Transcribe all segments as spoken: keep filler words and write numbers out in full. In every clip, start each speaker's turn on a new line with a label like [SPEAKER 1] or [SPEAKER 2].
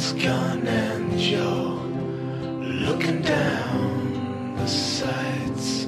[SPEAKER 1] gun and you're looking down the sights.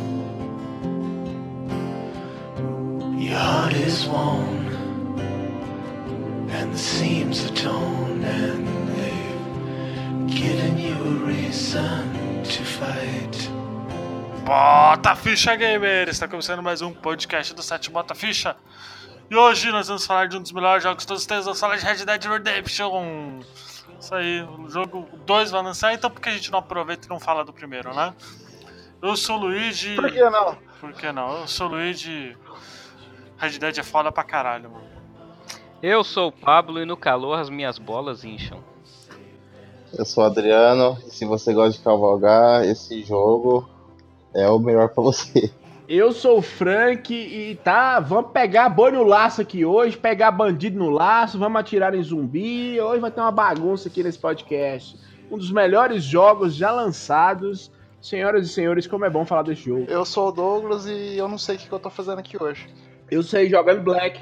[SPEAKER 1] Your heart is worn and the seams are torn and they've given you a reason to fight.
[SPEAKER 2] Bota Ficha Gamer! Está começando mais um podcast do site Bota Ficha. E hoje nós vamos falar de um dos melhores jogos de todos os tempos. Vamos falar de Red Dead Redemption. Isso aí, o jogo dois vai lançar, então por que a gente não aproveita e não fala do primeiro, né? Eu sou o Luigi.
[SPEAKER 3] Por que não?
[SPEAKER 2] Por que não? Eu sou o Luigi. Red Dead é foda pra caralho, mano.
[SPEAKER 4] Eu sou o Pablo e no calor as minhas bolas incham.
[SPEAKER 5] Eu sou o Adriano e se você gosta de cavalgar, esse jogo é o melhor pra você.
[SPEAKER 3] Eu sou o Frank e tá, vamos pegar boi no laço aqui hoje, pegar bandido no laço, vamos atirar em zumbi, hoje vai ter uma bagunça aqui nesse podcast. Um dos melhores jogos já lançados. Senhoras e senhores, como é bom falar desse jogo.
[SPEAKER 6] Eu sou o Douglas e eu não sei o que eu tô fazendo aqui hoje.
[SPEAKER 3] Eu sei jogando Black.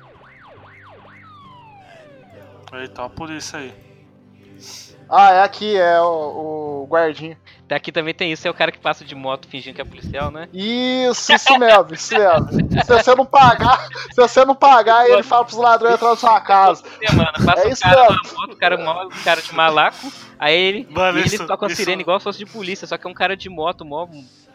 [SPEAKER 2] Eita, a polícia aí.
[SPEAKER 6] Ah, é aqui, é o, o guardinho.
[SPEAKER 4] Daqui também tem isso, é o cara que passa de moto fingindo que é policial, né?
[SPEAKER 6] Isso, isso mesmo, isso mesmo. Se você não pagar, se você não pagar, ele fala pros ladrões entrar na sua casa.
[SPEAKER 4] Mano, passa
[SPEAKER 6] É
[SPEAKER 4] um
[SPEAKER 6] isso
[SPEAKER 4] cara
[SPEAKER 6] mesmo.
[SPEAKER 4] na moto, o cara, mó- o cara de malaco, aí ele,
[SPEAKER 2] Mano,
[SPEAKER 4] e ele
[SPEAKER 2] isso-
[SPEAKER 4] toca uma
[SPEAKER 2] isso-
[SPEAKER 4] sirene igual se fosse de polícia, só que é um cara de moto, mó...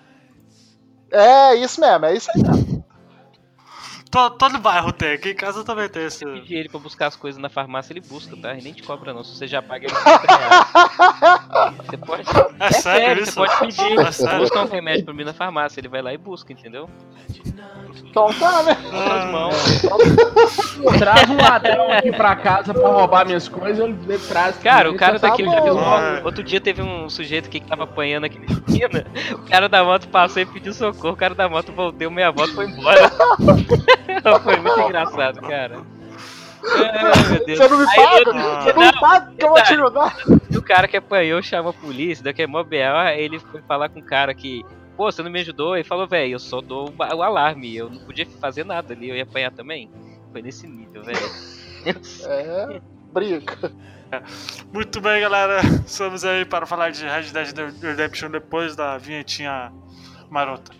[SPEAKER 6] É, isso mesmo, é isso aí mesmo.
[SPEAKER 2] Todo, todo bairro tem, aqui em casa também tem esse.
[SPEAKER 4] Pedir ele pra buscar as coisas na farmácia, ele busca, tá? E nem te cobra não, se você já paga ele cinquenta reais. Você pode...
[SPEAKER 2] É,
[SPEAKER 4] É
[SPEAKER 2] sério
[SPEAKER 4] sério,
[SPEAKER 2] isso?
[SPEAKER 4] você pode pedir,
[SPEAKER 2] É sério?
[SPEAKER 4] busca um remédio pra mim na farmácia, ele vai lá e busca, entendeu?
[SPEAKER 6] Então tá, né?
[SPEAKER 4] As mãos.
[SPEAKER 3] Traz um ladrão aqui pra casa pra roubar minhas coisas, ele traz.
[SPEAKER 4] Cara, o cara
[SPEAKER 3] tá
[SPEAKER 4] daquele
[SPEAKER 3] bom.
[SPEAKER 4] já fez
[SPEAKER 2] Ah.
[SPEAKER 4] um... Outro dia teve um sujeito aqui que tava apanhando aqui na esquina. O cara da moto passou e pediu socorro. O cara da moto voltou, meia volta e foi embora. Foi muito engraçado, cara. Ai, meu Deus.
[SPEAKER 6] Você não me
[SPEAKER 4] Aí
[SPEAKER 6] paga?
[SPEAKER 4] outro-
[SPEAKER 6] Você não me paga que eu vou te ajudar.
[SPEAKER 4] E o cara que apanhou chama a polícia, daqui é mó B O, aí ele foi falar com o cara que, pô, você não me ajudou? Ele falou, velho, eu só dou o ba- o alarme, eu não podia fazer nada ali, eu ia apanhar também. Foi nesse nível, velho.
[SPEAKER 6] É, briga.
[SPEAKER 2] Muito bem, galera. Estamos aí para falar de Red Dead Redemption depois da vinhetinha marota.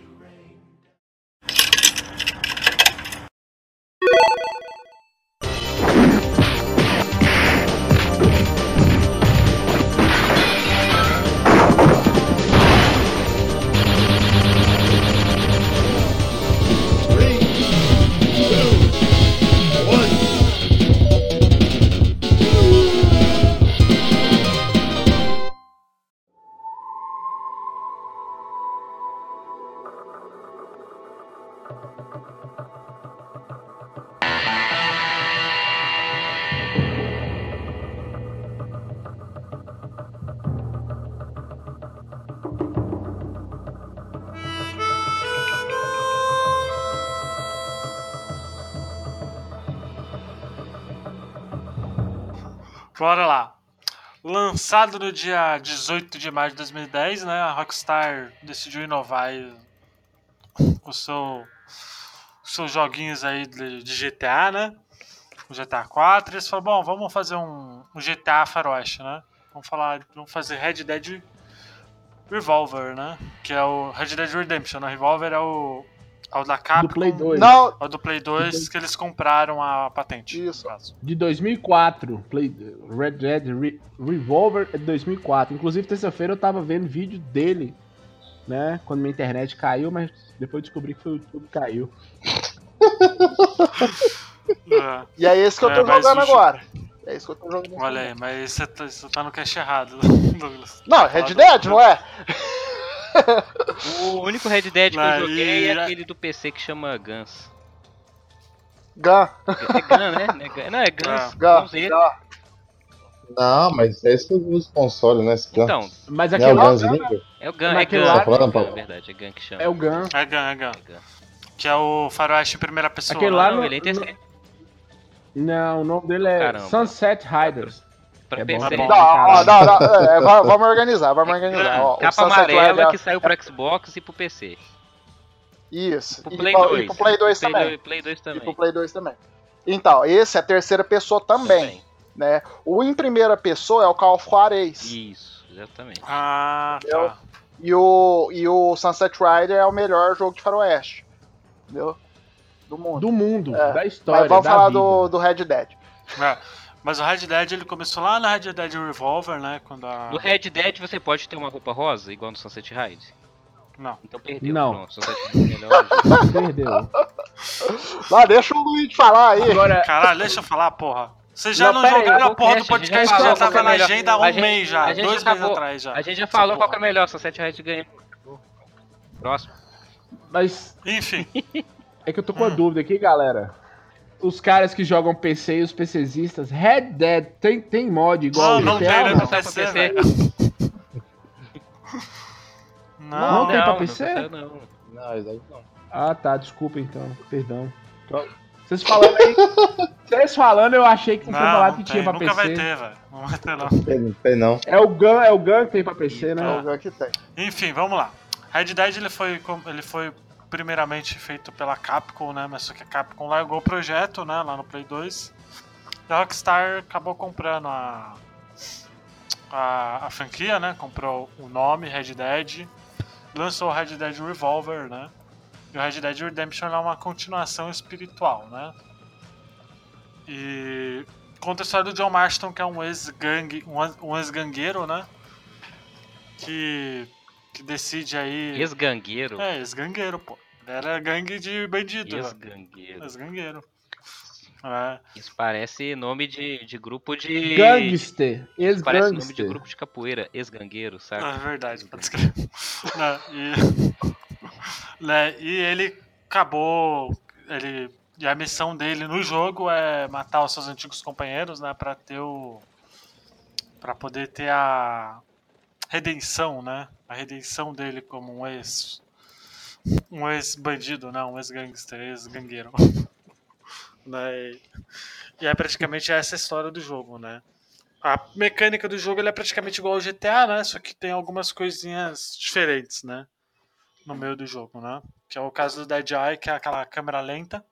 [SPEAKER 2] Bora lá. Lançado no dia dezoito de maio de dois mil e dez, né? A Rockstar decidiu inovar aí com o seu, os seus joguinhos aí de, de G T A, né? O G T A quatro. Eles falaram, bom, vamos fazer um, um G T A faroeste, né? Vamos falar, vamos fazer Red Dead Revolver, né? Que é o Red Dead Redemption, né? Revolver é o, é o da Capcom.
[SPEAKER 3] Do Play dois.
[SPEAKER 6] Não,
[SPEAKER 2] É o do Play dois que eles compraram a patente.
[SPEAKER 6] Isso.
[SPEAKER 2] no caso.
[SPEAKER 3] De dois mil e quatro, Play, Red Dead Re- Revolver é de dois mil e quatro. Inclusive, terça-feira eu tava vendo vídeo dele, né? Quando minha internet caiu, mas depois descobri que foi o YouTube que caiu.
[SPEAKER 2] É.
[SPEAKER 6] e é esse que eu
[SPEAKER 2] É,
[SPEAKER 6] tô
[SPEAKER 2] mas
[SPEAKER 6] jogando
[SPEAKER 2] o jo-
[SPEAKER 6] agora. É isso que eu tô jogando.
[SPEAKER 2] Olha aí, mas você tá, você tá no cache errado, Douglas.
[SPEAKER 6] Não, Red Dead, não é?
[SPEAKER 4] O único Red Dead que
[SPEAKER 2] Aí-
[SPEAKER 4] eu joguei é aquele do P C que chama Guns.
[SPEAKER 6] Gun.
[SPEAKER 4] É Gun, né? Não é Gun, não, é Guns.
[SPEAKER 6] Gun.
[SPEAKER 4] Guns Z.
[SPEAKER 6] Gun.
[SPEAKER 5] Não, mas é exclusivo dos consoles, né? Esse
[SPEAKER 4] Então,
[SPEAKER 3] Mas
[SPEAKER 5] não é
[SPEAKER 3] aquele
[SPEAKER 5] o
[SPEAKER 3] lá
[SPEAKER 5] Gunslinger?
[SPEAKER 4] é o Gun,
[SPEAKER 3] Mas
[SPEAKER 4] é
[SPEAKER 3] aquele
[SPEAKER 4] Gun,
[SPEAKER 3] lá-
[SPEAKER 4] é Gun, na verdade, é Gun que chama.
[SPEAKER 3] é o Gun.
[SPEAKER 2] É Gun, é Gun.
[SPEAKER 4] É Gun.
[SPEAKER 2] Que é o faroeste em primeira pessoa.
[SPEAKER 3] Aquele
[SPEAKER 2] né?
[SPEAKER 3] lá
[SPEAKER 4] Não,
[SPEAKER 3] no-
[SPEAKER 4] ele é interessante
[SPEAKER 3] Não, o nome dele é
[SPEAKER 4] Caramba.
[SPEAKER 3] Sunset Riders.
[SPEAKER 4] pra
[SPEAKER 3] é
[SPEAKER 4] P C.
[SPEAKER 3] bom, é bom.
[SPEAKER 6] Não, ó, não, não, é, va- vamos organizar, vamos organizar. Ó, o
[SPEAKER 4] Capa
[SPEAKER 6] Sunset
[SPEAKER 4] amarela
[SPEAKER 6] Rider-
[SPEAKER 4] que saiu pro Xbox e pro P C.
[SPEAKER 6] Isso.
[SPEAKER 4] Pro
[SPEAKER 6] E
[SPEAKER 4] Play
[SPEAKER 6] pra-
[SPEAKER 4] dois.
[SPEAKER 6] E pro Play dois
[SPEAKER 4] Play
[SPEAKER 6] também.
[SPEAKER 4] dois- Play dois
[SPEAKER 6] E
[SPEAKER 4] também.
[SPEAKER 6] pro Play dois também. Então, esse é a terceira pessoa também. né? O em primeira pessoa é o Call of Juarez.
[SPEAKER 4] Isso, exatamente.
[SPEAKER 2] Ah,
[SPEAKER 6] Entendeu?
[SPEAKER 2] tá.
[SPEAKER 6] E o, e o Sunset Rider é o melhor jogo de faroeste. Entendeu? Do mundo.
[SPEAKER 3] Do mundo,
[SPEAKER 6] É,
[SPEAKER 3] da história,
[SPEAKER 6] Mas vamos
[SPEAKER 3] da
[SPEAKER 6] falar
[SPEAKER 3] vida.
[SPEAKER 6] do, do Red Dead.
[SPEAKER 2] É, mas o Red Dead ele começou lá na Red Dead Revolver, né? Quando a...
[SPEAKER 4] No Red Dead você pode ter uma roupa rosa, igual no Sunset Ride?
[SPEAKER 2] Não.
[SPEAKER 4] Então perdeu.
[SPEAKER 3] Não.
[SPEAKER 4] Pronto, Sunset Ride é o melhor jogo.
[SPEAKER 3] Perdeu.
[SPEAKER 6] Lá, deixa o Luiz falar aí.
[SPEAKER 3] Agora,
[SPEAKER 2] Caralho, deixa eu falar, porra. Vocês já
[SPEAKER 3] Não,
[SPEAKER 2] não,
[SPEAKER 3] pera aí,
[SPEAKER 2] jogaram
[SPEAKER 4] o
[SPEAKER 2] a porra do
[SPEAKER 4] podcast, a
[SPEAKER 2] podcast
[SPEAKER 4] gente já
[SPEAKER 2] que já
[SPEAKER 3] falou
[SPEAKER 2] tava
[SPEAKER 4] qual que é
[SPEAKER 2] na
[SPEAKER 4] melhor.
[SPEAKER 2] agenda há um
[SPEAKER 4] A gente-
[SPEAKER 2] mês já,
[SPEAKER 4] a gente
[SPEAKER 2] dois
[SPEAKER 4] acabou-
[SPEAKER 2] meses atrás já.
[SPEAKER 4] A gente já
[SPEAKER 2] Essa
[SPEAKER 4] falou
[SPEAKER 2] porra.
[SPEAKER 4] qual que é melhor, Sunset Ride ganha. Próximo.
[SPEAKER 3] mas
[SPEAKER 2] Enfim,
[SPEAKER 3] é que eu tô com uma dúvida aqui, galera. Os caras que jogam P C e os PCistas, Red Dead tem, tem mod igual
[SPEAKER 2] não,
[SPEAKER 3] o
[SPEAKER 2] não
[SPEAKER 3] G T A
[SPEAKER 2] tem,
[SPEAKER 3] ou
[SPEAKER 2] né?
[SPEAKER 3] não?
[SPEAKER 2] No
[SPEAKER 4] Sai
[SPEAKER 2] P
[SPEAKER 4] pra
[SPEAKER 2] C,
[SPEAKER 4] P C.
[SPEAKER 2] velho.
[SPEAKER 3] Não
[SPEAKER 2] Não,
[SPEAKER 3] tem pra
[SPEAKER 4] não,
[SPEAKER 3] P C?
[SPEAKER 4] não, não.
[SPEAKER 5] Não, isso aí não.
[SPEAKER 3] Ah, tá, desculpa então, perdão. Vocês falando aí, vocês falando, eu achei que vocês iam
[SPEAKER 2] não,
[SPEAKER 3] falar
[SPEAKER 2] não
[SPEAKER 3] que
[SPEAKER 2] tem,
[SPEAKER 3] tinha pra
[SPEAKER 2] nunca
[SPEAKER 3] P C.
[SPEAKER 2] vai ter, velho. Não vai ter, não.
[SPEAKER 5] Tem, não tem não.
[SPEAKER 3] É o Gun, é o Gun que tem pra P C, né?
[SPEAKER 6] Vamos ver o que tem.
[SPEAKER 2] Enfim, vamos lá. Red Dead ele foi, com- ele foi primeiramente feito pela Capcom, né? Mas só que a Capcom largou o projeto, né? Lá no Play dois. E a Rockstar acabou comprando a, a, a franquia, né? Comprou o nome Red Dead. Lançou o Red Dead Revolver, né? E o Red Dead Redemption é uma continuação espiritual, né? E conta a história do John Marston, que é um ex-gangue, um ex- um ex-gangueiro, né? Que, que decide aí...
[SPEAKER 4] Ex-gangueiro.
[SPEAKER 2] É, ex-gangueiro, pô. Ele era gangue de bandido. velho.
[SPEAKER 4] Ex-gangueiro.
[SPEAKER 2] Ex-gangueiro. É.
[SPEAKER 4] Isso parece nome de, de grupo de.
[SPEAKER 3] Gangster,
[SPEAKER 4] Isso parece nome de
[SPEAKER 3] ex-gangster.
[SPEAKER 4] grupo de capoeira. Ex-gangueiro, sabe?
[SPEAKER 2] É verdade, pode escrever. Né, e, né, e ele acabou. Ele, e a missão dele no jogo é matar os seus antigos companheiros, né? Pra ter o. Pra poder ter a redenção, né? A redenção dele como um ex. Um ex-bandido, não, um ex-gangster, ex-gangueiro. Né, e, e é praticamente essa a história do jogo, né? A mecânica do jogo ele é praticamente igual ao G T A, né? Só que tem algumas coisinhas diferentes, né? No meio do jogo, né? Que é o caso do Dead Eye, que é aquela câmera lenta.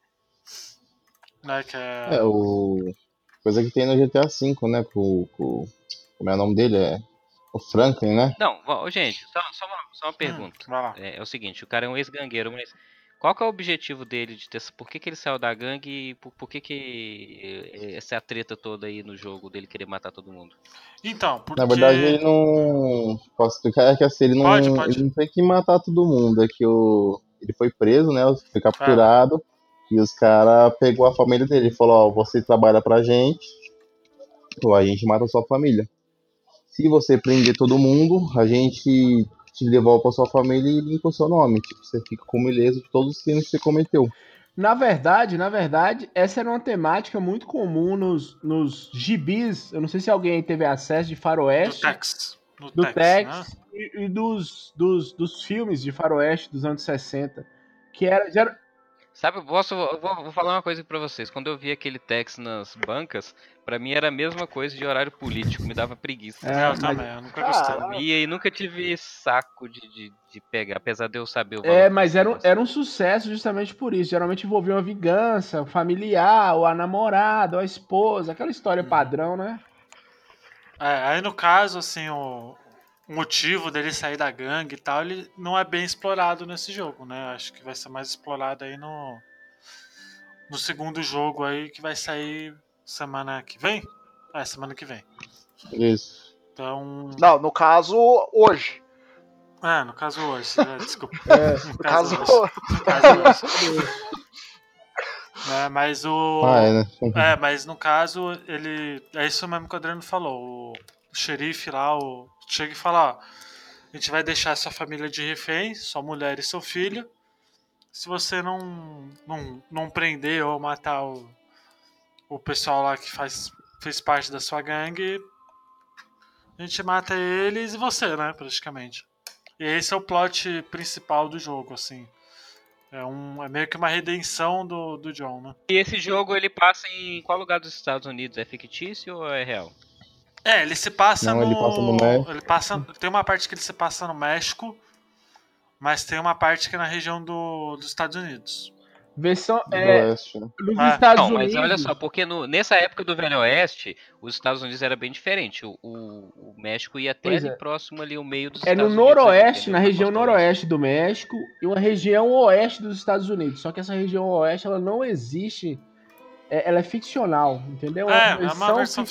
[SPEAKER 2] Né? Que é...
[SPEAKER 5] É, o. Coisa que tem no G T A V, né? Com, com... Como é o nome dele? É. O Franklin, né?
[SPEAKER 4] Não, ó, gente, só, só uma, só uma
[SPEAKER 2] Hum,
[SPEAKER 4] pergunta.
[SPEAKER 2] vai lá.
[SPEAKER 4] É, é o seguinte, o cara é um ex-gangueiro, mas qual que é o objetivo dele de ter. Por que, que ele saiu da gangue e por, por que, que eh, essa é a treta toda aí no jogo dele querer matar todo mundo?
[SPEAKER 2] Então, porque...
[SPEAKER 5] Na verdade, ele não. Posso explicar? É que assim, ele não,
[SPEAKER 2] Pode, pode.
[SPEAKER 5] ele não tem que matar todo mundo. É que o... ele foi preso, né? Foi capturado. E os caras pegou a família dele e falou: Ó, você trabalha pra gente, ou a gente mata a sua família. Se você prender todo mundo, a gente te devolve pra sua família e limpa o seu nome. Tipo, você fica como ileso de todos os crimes que você cometeu.
[SPEAKER 3] Na verdade, na verdade, essa era uma temática muito comum nos, nos gibis. Eu não sei se alguém teve acesso de
[SPEAKER 2] Do
[SPEAKER 3] faroeste,
[SPEAKER 2] Tex. Do,
[SPEAKER 3] do
[SPEAKER 2] Tex,
[SPEAKER 3] Tex
[SPEAKER 2] né?
[SPEAKER 3] e, e dos, dos, dos filmes de faroeste dos anos sessenta. Que era, já era-
[SPEAKER 4] Sabe, eu posso, eu vou, vou falar uma coisa pra vocês. Quando eu vi aquele Tex nas bancas, pra mim era a mesma coisa de horário político, me dava preguiça.
[SPEAKER 3] É,
[SPEAKER 2] É, eu
[SPEAKER 3] mas-
[SPEAKER 2] também, eu nunca gostei.
[SPEAKER 6] Ah,
[SPEAKER 4] E aí nunca tive saco de, de, de pegar, apesar de eu saber o
[SPEAKER 3] É,
[SPEAKER 4] valor
[SPEAKER 3] mas
[SPEAKER 4] desse
[SPEAKER 3] era um,
[SPEAKER 4] negócio.
[SPEAKER 3] era um sucesso justamente por isso. Geralmente envolvia uma vingança, o familiar, ou a namorada, ou a esposa, aquela história padrão, né?
[SPEAKER 2] É, aí no caso, assim, o o motivo dele sair da gangue e tal, ele não é bem explorado nesse jogo, né? Acho que vai ser mais explorado aí no no segundo jogo aí que vai sair semana que vem. É, semana que vem.
[SPEAKER 5] Isso.
[SPEAKER 2] Então,
[SPEAKER 6] Não, no caso, hoje.
[SPEAKER 2] é, no caso hoje, é, desculpa.
[SPEAKER 6] No caso,
[SPEAKER 2] hoje. No caso hoje. Né, mas o
[SPEAKER 5] Ah, é, né?
[SPEAKER 2] É, mas no caso, ele. É isso mesmo que o Adriano falou. O xerife lá, o. Chega e fala, ó. A gente vai deixar sua família de refém, sua mulher e seu filho. Se você não, não, não prender ou matar o, o pessoal lá que faz, fez parte da sua gangue, a gente mata eles e você, né, praticamente. E esse é o plot principal do jogo, assim. É, um, é meio que uma redenção do, do John, né?
[SPEAKER 4] E esse jogo ele passa em qual lugar dos Estados Unidos? É fictício ou é real?
[SPEAKER 2] É, ele se passa
[SPEAKER 5] Não,
[SPEAKER 2] no.
[SPEAKER 5] ele passa no México.
[SPEAKER 2] Ele passa. Tem uma parte que ele se passa no México, mas tem uma parte que é na região do, dos Estados Unidos.
[SPEAKER 3] Versão.
[SPEAKER 5] Do
[SPEAKER 3] É,
[SPEAKER 5] Oeste, né?
[SPEAKER 3] nos
[SPEAKER 2] Ah,
[SPEAKER 3] Estados
[SPEAKER 4] Não, mas
[SPEAKER 3] Unidos.
[SPEAKER 4] olha só, porque no- nessa época do Velho Oeste, os Estados Unidos era bem diferente. O, o- o México ia até
[SPEAKER 3] Pois
[SPEAKER 4] ali
[SPEAKER 3] é.
[SPEAKER 4] próximo ali, o meio dos
[SPEAKER 3] É no
[SPEAKER 4] Estados Unidos ali,
[SPEAKER 3] noroeste,
[SPEAKER 4] entendeu?
[SPEAKER 3] na região
[SPEAKER 4] costa oeste.
[SPEAKER 3] noroeste do México e uma região oeste dos Estados Unidos. Só que essa região oeste ela não existe, é- ela é ficcional, entendeu?
[SPEAKER 2] É, é uma versão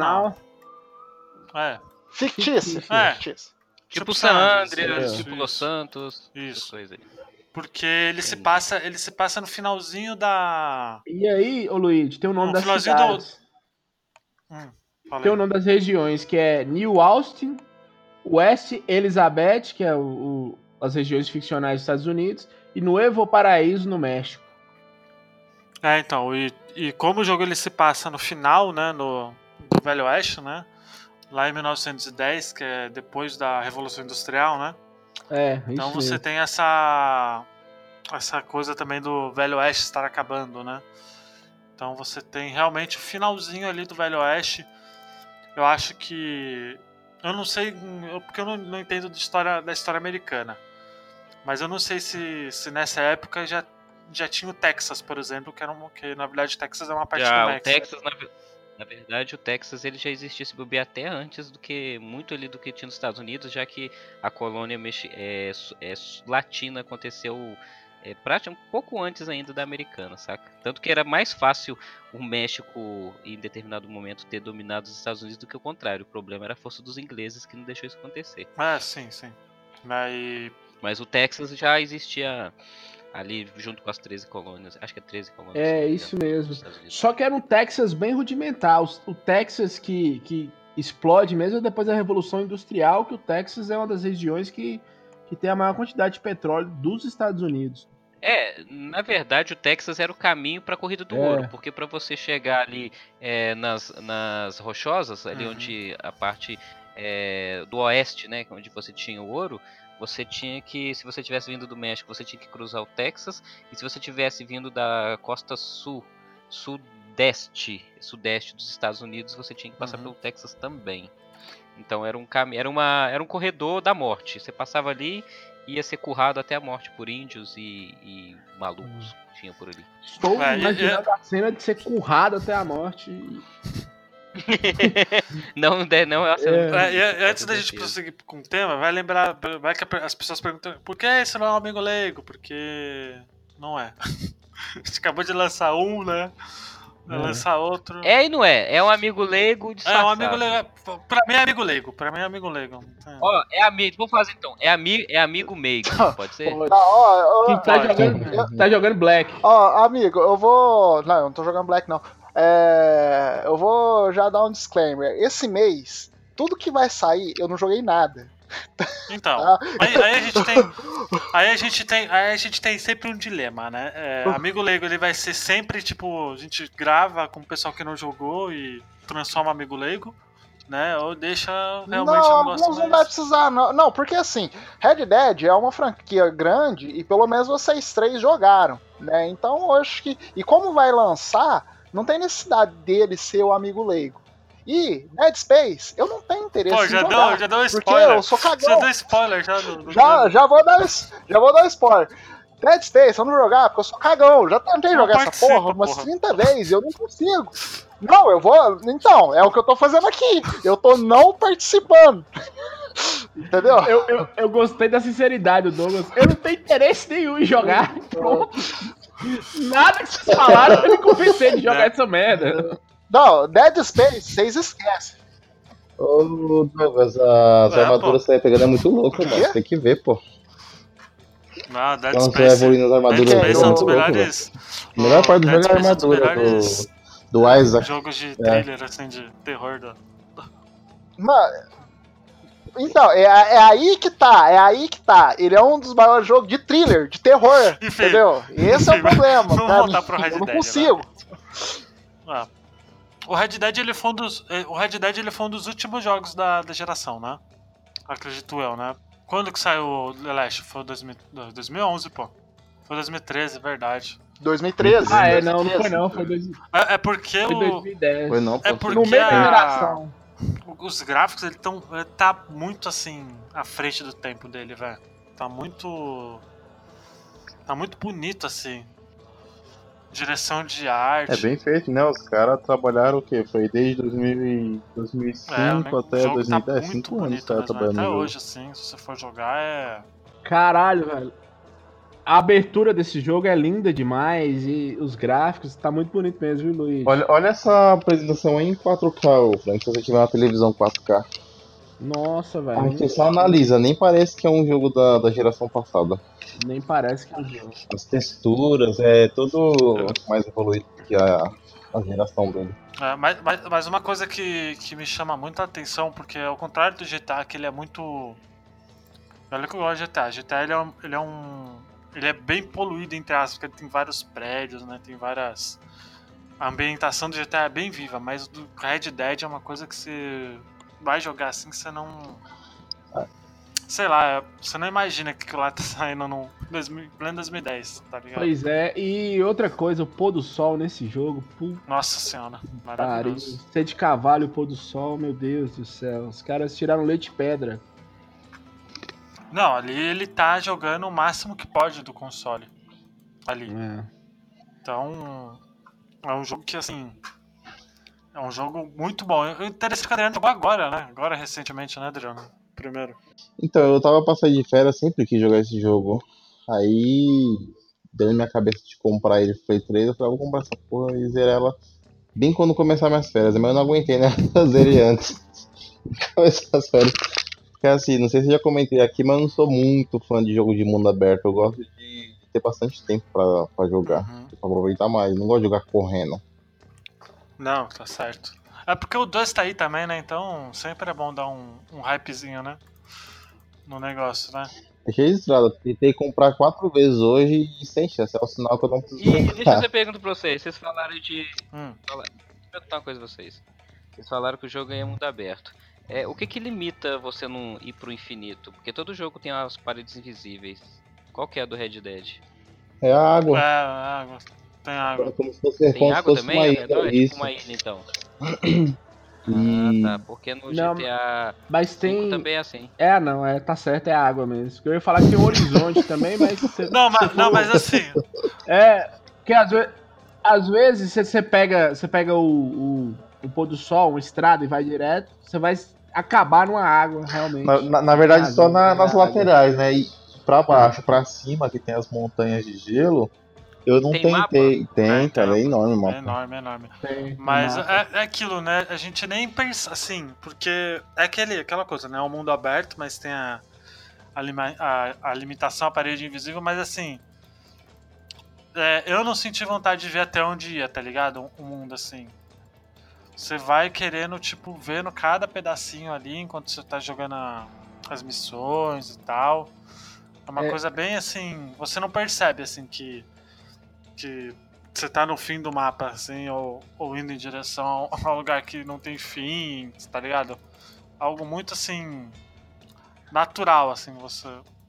[SPEAKER 2] É.
[SPEAKER 6] Fictícia.
[SPEAKER 2] É.
[SPEAKER 6] Fictícia.
[SPEAKER 4] Tipo
[SPEAKER 2] Tipo
[SPEAKER 4] San
[SPEAKER 2] Santos,
[SPEAKER 4] Andreas,
[SPEAKER 2] isso,
[SPEAKER 4] tipo
[SPEAKER 2] isso.
[SPEAKER 4] Los Santos,
[SPEAKER 2] Isso.
[SPEAKER 4] essas coisas aí.
[SPEAKER 2] Porque ele se passa, ele se passa no finalzinho da.
[SPEAKER 3] E aí, ô Luigi, tem o nome
[SPEAKER 2] No
[SPEAKER 3] das
[SPEAKER 2] finalzinho do-
[SPEAKER 3] cidades.
[SPEAKER 2] Hum, fala
[SPEAKER 3] Tem o
[SPEAKER 2] aí.
[SPEAKER 3] nome das regiões, que é New Austin, West Elizabeth, que é o, o- as regiões ficcionais dos Estados Unidos, e Nuevo Paraíso, no México.
[SPEAKER 2] É, então, e, e como o jogo ele se passa no final, né, no do Velho Oeste, né, lá em mil novecentos e dez, que é depois da Revolução Industrial, né,
[SPEAKER 3] É, isso
[SPEAKER 2] então você
[SPEAKER 3] mesmo.
[SPEAKER 2] tem essa essa coisa também do Velho Oeste estar acabando, né, então você tem realmente o finalzinho ali do Velho Oeste. Eu acho que eu não sei, eu- porque eu não, não entendo de história, da história americana, mas eu não sei se, se nessa época já já tinha o Texas, por exemplo, que era um, que na verdade o Texas é uma parte
[SPEAKER 4] Já
[SPEAKER 2] do
[SPEAKER 4] o
[SPEAKER 2] México.
[SPEAKER 4] Texas, na, ve- na verdade, o Texas ele já existia se bobear até antes do que muito ali do que tinha nos Estados Unidos, já que a colônia mexi, é, su- é, su- latina aconteceu é, praticamente um pouco antes ainda da americana, saca? Tanto que era mais fácil o México em determinado momento ter dominado os Estados Unidos do que o contrário. O problema era a força dos ingleses que não deixou isso acontecer.
[SPEAKER 2] É, sim, sim. Aí,
[SPEAKER 4] Mas o Texas já existia ali junto com as treze colônias. Acho que é treze colônias.
[SPEAKER 3] É,
[SPEAKER 4] se não me
[SPEAKER 3] isso
[SPEAKER 4] engano,
[SPEAKER 3] mesmo.
[SPEAKER 4] dos Estados Unidos.
[SPEAKER 3] Só que era um Texas bem rudimentar. O, o Texas que, que explode mesmo depois da Revolução Industrial, que o Texas é uma das regiões que, que tem a maior quantidade de petróleo dos Estados Unidos.
[SPEAKER 4] É, na verdade o Texas era o caminho para a corrida do
[SPEAKER 3] É.
[SPEAKER 4] ouro, porque para você chegar ali é, nas, nas rochosas, ali
[SPEAKER 2] Uhum.
[SPEAKER 4] onde a parte é, do oeste, né, onde você tinha o ouro, você tinha que, se você tivesse vindo do México, você tinha que cruzar o Texas, e se você tivesse vindo da costa sul, sudeste, sudeste dos Estados Unidos, você tinha que passar
[SPEAKER 2] Uhum.
[SPEAKER 4] pelo Texas também. Então era um caminho, era uma, era um corredor da morte. Você passava ali, ia ser currado até a morte por índios e, e malucos que tinha por ali.
[SPEAKER 3] Estou
[SPEAKER 2] É, e-
[SPEAKER 3] imaginando a cena de ser currado até a morte.
[SPEAKER 4] não, de- não é uma cena
[SPEAKER 3] É.
[SPEAKER 4] muito
[SPEAKER 2] é, e-
[SPEAKER 4] bonita,
[SPEAKER 2] e antes
[SPEAKER 4] com
[SPEAKER 2] da gente
[SPEAKER 4] certeza.
[SPEAKER 2] prosseguir com o tema, vai lembrar, vai que as pessoas perguntam, por que esse não é um amigo leigo? Porque não é. A gente acabou de lançar um, né? Vai
[SPEAKER 3] É.
[SPEAKER 2] lançar outro.
[SPEAKER 4] É e não é, é um amigo leigo disfarçado.
[SPEAKER 2] É um amigo leigo. Pra mim é amigo leigo. Pra mim é amigo leigo. É.
[SPEAKER 4] Ó, é amigo, vou fazer então, é, ami, é amigo meigo, pode ser?
[SPEAKER 6] Tá, ó, ó,
[SPEAKER 3] Que tá,
[SPEAKER 2] Pode.
[SPEAKER 3] jogando, tá jogando Black.
[SPEAKER 6] ó, amigo, eu vou. Não, eu não tô jogando Black, não. É, eu vou já dar um disclaimer. Esse mês, tudo que vai sair, eu não joguei nada.
[SPEAKER 2] Então,
[SPEAKER 6] Ah.
[SPEAKER 2] aí, aí a gente tem. Aí a gente tem. Aí a gente tem sempre um dilema, né? É, amigo leigo, ele vai ser sempre, tipo, a gente grava com o pessoal que não jogou e transforma amigo leigo, né? Ou deixa realmente
[SPEAKER 6] não,
[SPEAKER 2] um negócio
[SPEAKER 6] alguns não
[SPEAKER 2] mais.
[SPEAKER 6] vai precisar, não. Não, porque assim, Red Dead é uma franquia grande e pelo menos vocês três jogaram, né? Então eu acho que. E como vai lançar, não tem necessidade dele ser o amigo leigo. E Dead Space, eu não tenho interesse
[SPEAKER 2] Pô,
[SPEAKER 6] em
[SPEAKER 2] já
[SPEAKER 6] jogar.
[SPEAKER 2] deu, já deu
[SPEAKER 6] porque
[SPEAKER 2] spoiler.
[SPEAKER 6] eu sou
[SPEAKER 2] Já
[SPEAKER 6] cagão.
[SPEAKER 2] deu spoiler já no, no
[SPEAKER 6] Já, já vou dar, já vou dar spoiler. Dead Space, eu não vou jogar, porque eu sou cagão. Já tentei
[SPEAKER 2] Não
[SPEAKER 6] jogar essa
[SPEAKER 2] participa,
[SPEAKER 6] porra umas
[SPEAKER 2] porra.
[SPEAKER 6] trinta vezes, eu não consigo. Não, eu vou. Então, é o que eu tô fazendo aqui. Eu tô não participando. Entendeu?
[SPEAKER 3] Eu, eu, eu gostei da sinceridade do Douglas. Eu não tenho interesse nenhum em jogar. Pronto. Nada que vocês falaram pra me convencer de jogar
[SPEAKER 2] É.
[SPEAKER 3] essa merda.
[SPEAKER 6] Não, Dead Space, vocês esquecem.
[SPEAKER 5] Ô, Douglas, as
[SPEAKER 2] É,
[SPEAKER 5] armaduras que você vai pegando é muito louco,
[SPEAKER 6] quê?
[SPEAKER 5] mano. Você tem que ver, pô.
[SPEAKER 2] Não, Dead
[SPEAKER 5] Quando você vai
[SPEAKER 2] Space.
[SPEAKER 5] evoluindo as
[SPEAKER 2] Dead
[SPEAKER 5] armaduras,
[SPEAKER 6] Space
[SPEAKER 5] é
[SPEAKER 2] Space é um dos
[SPEAKER 5] muito louco, velho.
[SPEAKER 2] melhores.
[SPEAKER 5] A melhor parte do
[SPEAKER 2] Dead
[SPEAKER 5] jogo é a
[SPEAKER 2] Space um dos
[SPEAKER 5] armadura
[SPEAKER 2] melhores
[SPEAKER 5] do, do Isaac.
[SPEAKER 2] jogos de
[SPEAKER 5] É.
[SPEAKER 2] thriller, assim, de terror. Da...
[SPEAKER 6] Mano. Então, é, é aí que tá, é aí que tá. Ele é um dos maiores jogos de thriller, de terror,
[SPEAKER 2] Enfim,
[SPEAKER 6] entendeu? Esse é o
[SPEAKER 2] enfim,
[SPEAKER 6] problema.
[SPEAKER 2] vamos
[SPEAKER 6] pra
[SPEAKER 2] voltar
[SPEAKER 6] mim.
[SPEAKER 2] pro Red
[SPEAKER 6] Eu não
[SPEAKER 2] Dead
[SPEAKER 6] consigo.
[SPEAKER 2] Ah. O Red Dead ele foi um dos, eh, o Red Dead ele foi um dos últimos jogos da, da geração, né? Acredito eu, né? Quando que saiu o The Last? Foi dois mil, dois mil e onze, pô. Foi dois mil e treze, verdade.
[SPEAKER 6] dois mil e treze.
[SPEAKER 3] Ah, é, não, não foi não. Foi, dois,
[SPEAKER 2] É, é porque
[SPEAKER 3] foi
[SPEAKER 2] o,
[SPEAKER 3] dois mil e dez.
[SPEAKER 5] Foi não, pô.
[SPEAKER 2] É porque
[SPEAKER 3] No meio da
[SPEAKER 2] a-
[SPEAKER 3] geração.
[SPEAKER 2] os gráficos ele tão, ele tá muito assim à frente do tempo dele, velho. Tá muito, tá muito bonito assim. direção de arte.
[SPEAKER 5] É bem feito, né? Os caras trabalharam o quê? Foi desde dois mil e- dois mil e cinco
[SPEAKER 2] É, o
[SPEAKER 5] até
[SPEAKER 2] jogo
[SPEAKER 5] dois mil e
[SPEAKER 2] tá
[SPEAKER 5] dez,
[SPEAKER 2] muito
[SPEAKER 5] cinco anos os
[SPEAKER 2] bonito
[SPEAKER 5] caras
[SPEAKER 2] mesmo,
[SPEAKER 5] trabalhando
[SPEAKER 2] até
[SPEAKER 5] no jogo.
[SPEAKER 2] hoje, assim, se você for jogar, é...
[SPEAKER 3] Caralho, velho. A abertura desse jogo é linda demais e os gráficos tá muito bonito mesmo, viu, Luiz?
[SPEAKER 5] Olha, olha essa apresentação aí em quatro K, ô, Frank, se você tiver uma televisão quatro K.
[SPEAKER 3] Nossa,
[SPEAKER 5] A
[SPEAKER 3] velho.
[SPEAKER 5] gente só analisa, nem parece que é um jogo da, da geração passada.
[SPEAKER 3] Nem parece que é um jogo.
[SPEAKER 5] As texturas, é tudo mais evoluído que a, a geração dele.
[SPEAKER 2] É, mas, mas, mas uma coisa que, que me chama muito a atenção, porque ao contrário do G T A, que ele é muito... Olha que eu gosto de G T A. G T A ele é, um, ele é um... Ele é bem poluído, entre aspas, porque ele tem vários prédios, né? Tem várias... A ambientação do G T A é bem viva, mas do Red Dead é uma coisa que você vai jogar assim que você não... Sei lá, você não imagina que aquilo lá tá saindo no dois mil, pleno dois mil e dez, tá ligado?
[SPEAKER 3] Pois é, e outra coisa, o pôr do sol nesse jogo, puta
[SPEAKER 2] Nossa senhora,
[SPEAKER 3] pariu.
[SPEAKER 2] maravilhoso.
[SPEAKER 3] Ser de cavalo e o pôr do sol, meu Deus do céu. Os caras tiraram leite de pedra.
[SPEAKER 2] Não, ali ele tá jogando o máximo que pode do console. Ali.
[SPEAKER 3] É.
[SPEAKER 2] Então, é um jogo que, assim... É um jogo muito bom. Eu interessei que o Adriano jogou agora, né? Agora, recentemente, né, Adriano? Primeiro.
[SPEAKER 5] Então, eu tava passando de férias, sempre quis jogar esse jogo. Aí, deu na minha cabeça de comprar ele pro Play três, eu falei, ah, vou comprar essa porra e zerar ela bem quando começar minhas férias. Mas eu não aguentei, né? Fazer ele antes de começar as férias. Porque assim, não sei se eu já comentei aqui, mas eu não sou muito fã de jogo de mundo aberto. Eu gosto de ter bastante tempo pra, pra jogar,
[SPEAKER 2] Uhum.
[SPEAKER 5] pra aproveitar mais. Eu não gosto de jogar correndo.
[SPEAKER 2] Não, tá certo. É porque o dois tá aí também, né? Então, sempre é bom dar um, um hypezinho, né? No negócio, né?
[SPEAKER 5] Deixei registrado, tentei comprar quatro vezes hoje e sem chance. É o sinal que eu não preciso
[SPEAKER 4] E deixa eu
[SPEAKER 5] comprar.
[SPEAKER 4] fazer uma pergunta pra vocês. Vocês falaram de.
[SPEAKER 2] Hum.
[SPEAKER 4] Fala- Deixa eu perguntar uma coisa pra vocês. Vocês falaram que o jogo é mundo aberto. É, o que que limita você não ir pro infinito? Porque todo jogo tem as paredes invisíveis. Qual que é a do Red Dead?
[SPEAKER 5] É a
[SPEAKER 2] É,
[SPEAKER 5] água.
[SPEAKER 2] água. Tem
[SPEAKER 5] É
[SPEAKER 2] água.
[SPEAKER 5] como se fosse, é
[SPEAKER 4] Tem
[SPEAKER 5] como se
[SPEAKER 4] água
[SPEAKER 5] fosse
[SPEAKER 4] também?
[SPEAKER 5] uma
[SPEAKER 4] Ao
[SPEAKER 5] ilha.
[SPEAKER 4] redor? É tipo
[SPEAKER 5] Isso.
[SPEAKER 4] uma ilha então.
[SPEAKER 5] E-
[SPEAKER 4] Ah, tá. Porque no
[SPEAKER 3] Não,
[SPEAKER 4] G T A
[SPEAKER 3] Mas
[SPEAKER 4] cinco
[SPEAKER 3] tem.
[SPEAKER 4] também é assim.
[SPEAKER 3] É, não, é, tá certo, é água mesmo. Eu ia falar que tem um horizonte também, mas. Você,
[SPEAKER 2] Não,
[SPEAKER 3] você
[SPEAKER 2] mas, não,
[SPEAKER 3] for-
[SPEAKER 2] mas assim...
[SPEAKER 3] É, porque às, ve- às vezes você, você pega, você pega o, o, o pôr do sol, uma estrada e vai direto, você vai acabar numa água, realmente.
[SPEAKER 5] Na, na- na verdade,
[SPEAKER 3] Ah,
[SPEAKER 5] só na-
[SPEAKER 3] não,
[SPEAKER 5] nas
[SPEAKER 3] água.
[SPEAKER 5] laterais, né? E pra baixo, pra cima, que tem as montanhas de gelo, eu não
[SPEAKER 4] Tem
[SPEAKER 5] tentei. Tem,
[SPEAKER 2] Tem,
[SPEAKER 5] cara,
[SPEAKER 2] tem.
[SPEAKER 5] é enorme,
[SPEAKER 2] É
[SPEAKER 5] mano.
[SPEAKER 2] enorme, é enorme.
[SPEAKER 3] Tem,
[SPEAKER 2] Mas
[SPEAKER 3] mapa.
[SPEAKER 2] é, é aquilo, né? A gente nem pensa assim, porque é aquele, aquela coisa, né? É um mundo aberto, mas tem a, a, lima- a- a limitação à parede invisível, mas assim. é, eu não senti vontade de ver até onde ia, tá ligado? Um, um mundo assim. Você vai querendo, tipo, vendo cada pedacinho ali enquanto você tá jogando a- as missões e tal. É uma
[SPEAKER 3] É.
[SPEAKER 2] coisa bem assim. Você não percebe assim que. que você tá no fim do mapa, assim, ou, ou indo em direção a um lugar que não tem fim, tá ligado? Algo muito assim. Natural, assim, você.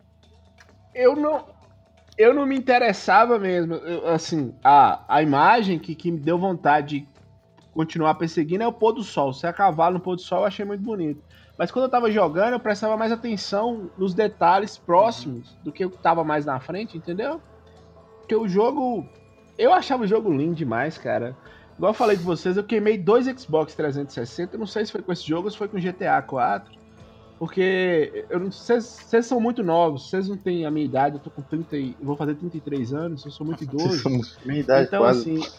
[SPEAKER 3] Eu não. Eu não me interessava mesmo. Eu, assim, a, a imagem que, que me deu vontade de continuar perseguindo é o pôr do sol. Se a cavalo no pôr do sol eu achei muito bonito. Mas quando eu tava jogando, eu prestava mais atenção nos detalhes próximos do que eu tava mais na frente, entendeu? Porque o jogo. Eu achava o jogo lindo demais, cara. Igual eu falei com vocês, eu queimei dois Xbox trezentos e sessenta. Eu não sei se foi com esse jogo ou se foi com G T A quatro. Porque eu não, vocês, vocês são muito novos, vocês não têm a minha idade, eu tô com trinta e, eu vou fazer trinta e três anos, eu sou muito idoso.
[SPEAKER 5] Minha idade
[SPEAKER 3] Então,
[SPEAKER 5] quase.
[SPEAKER 3] assim,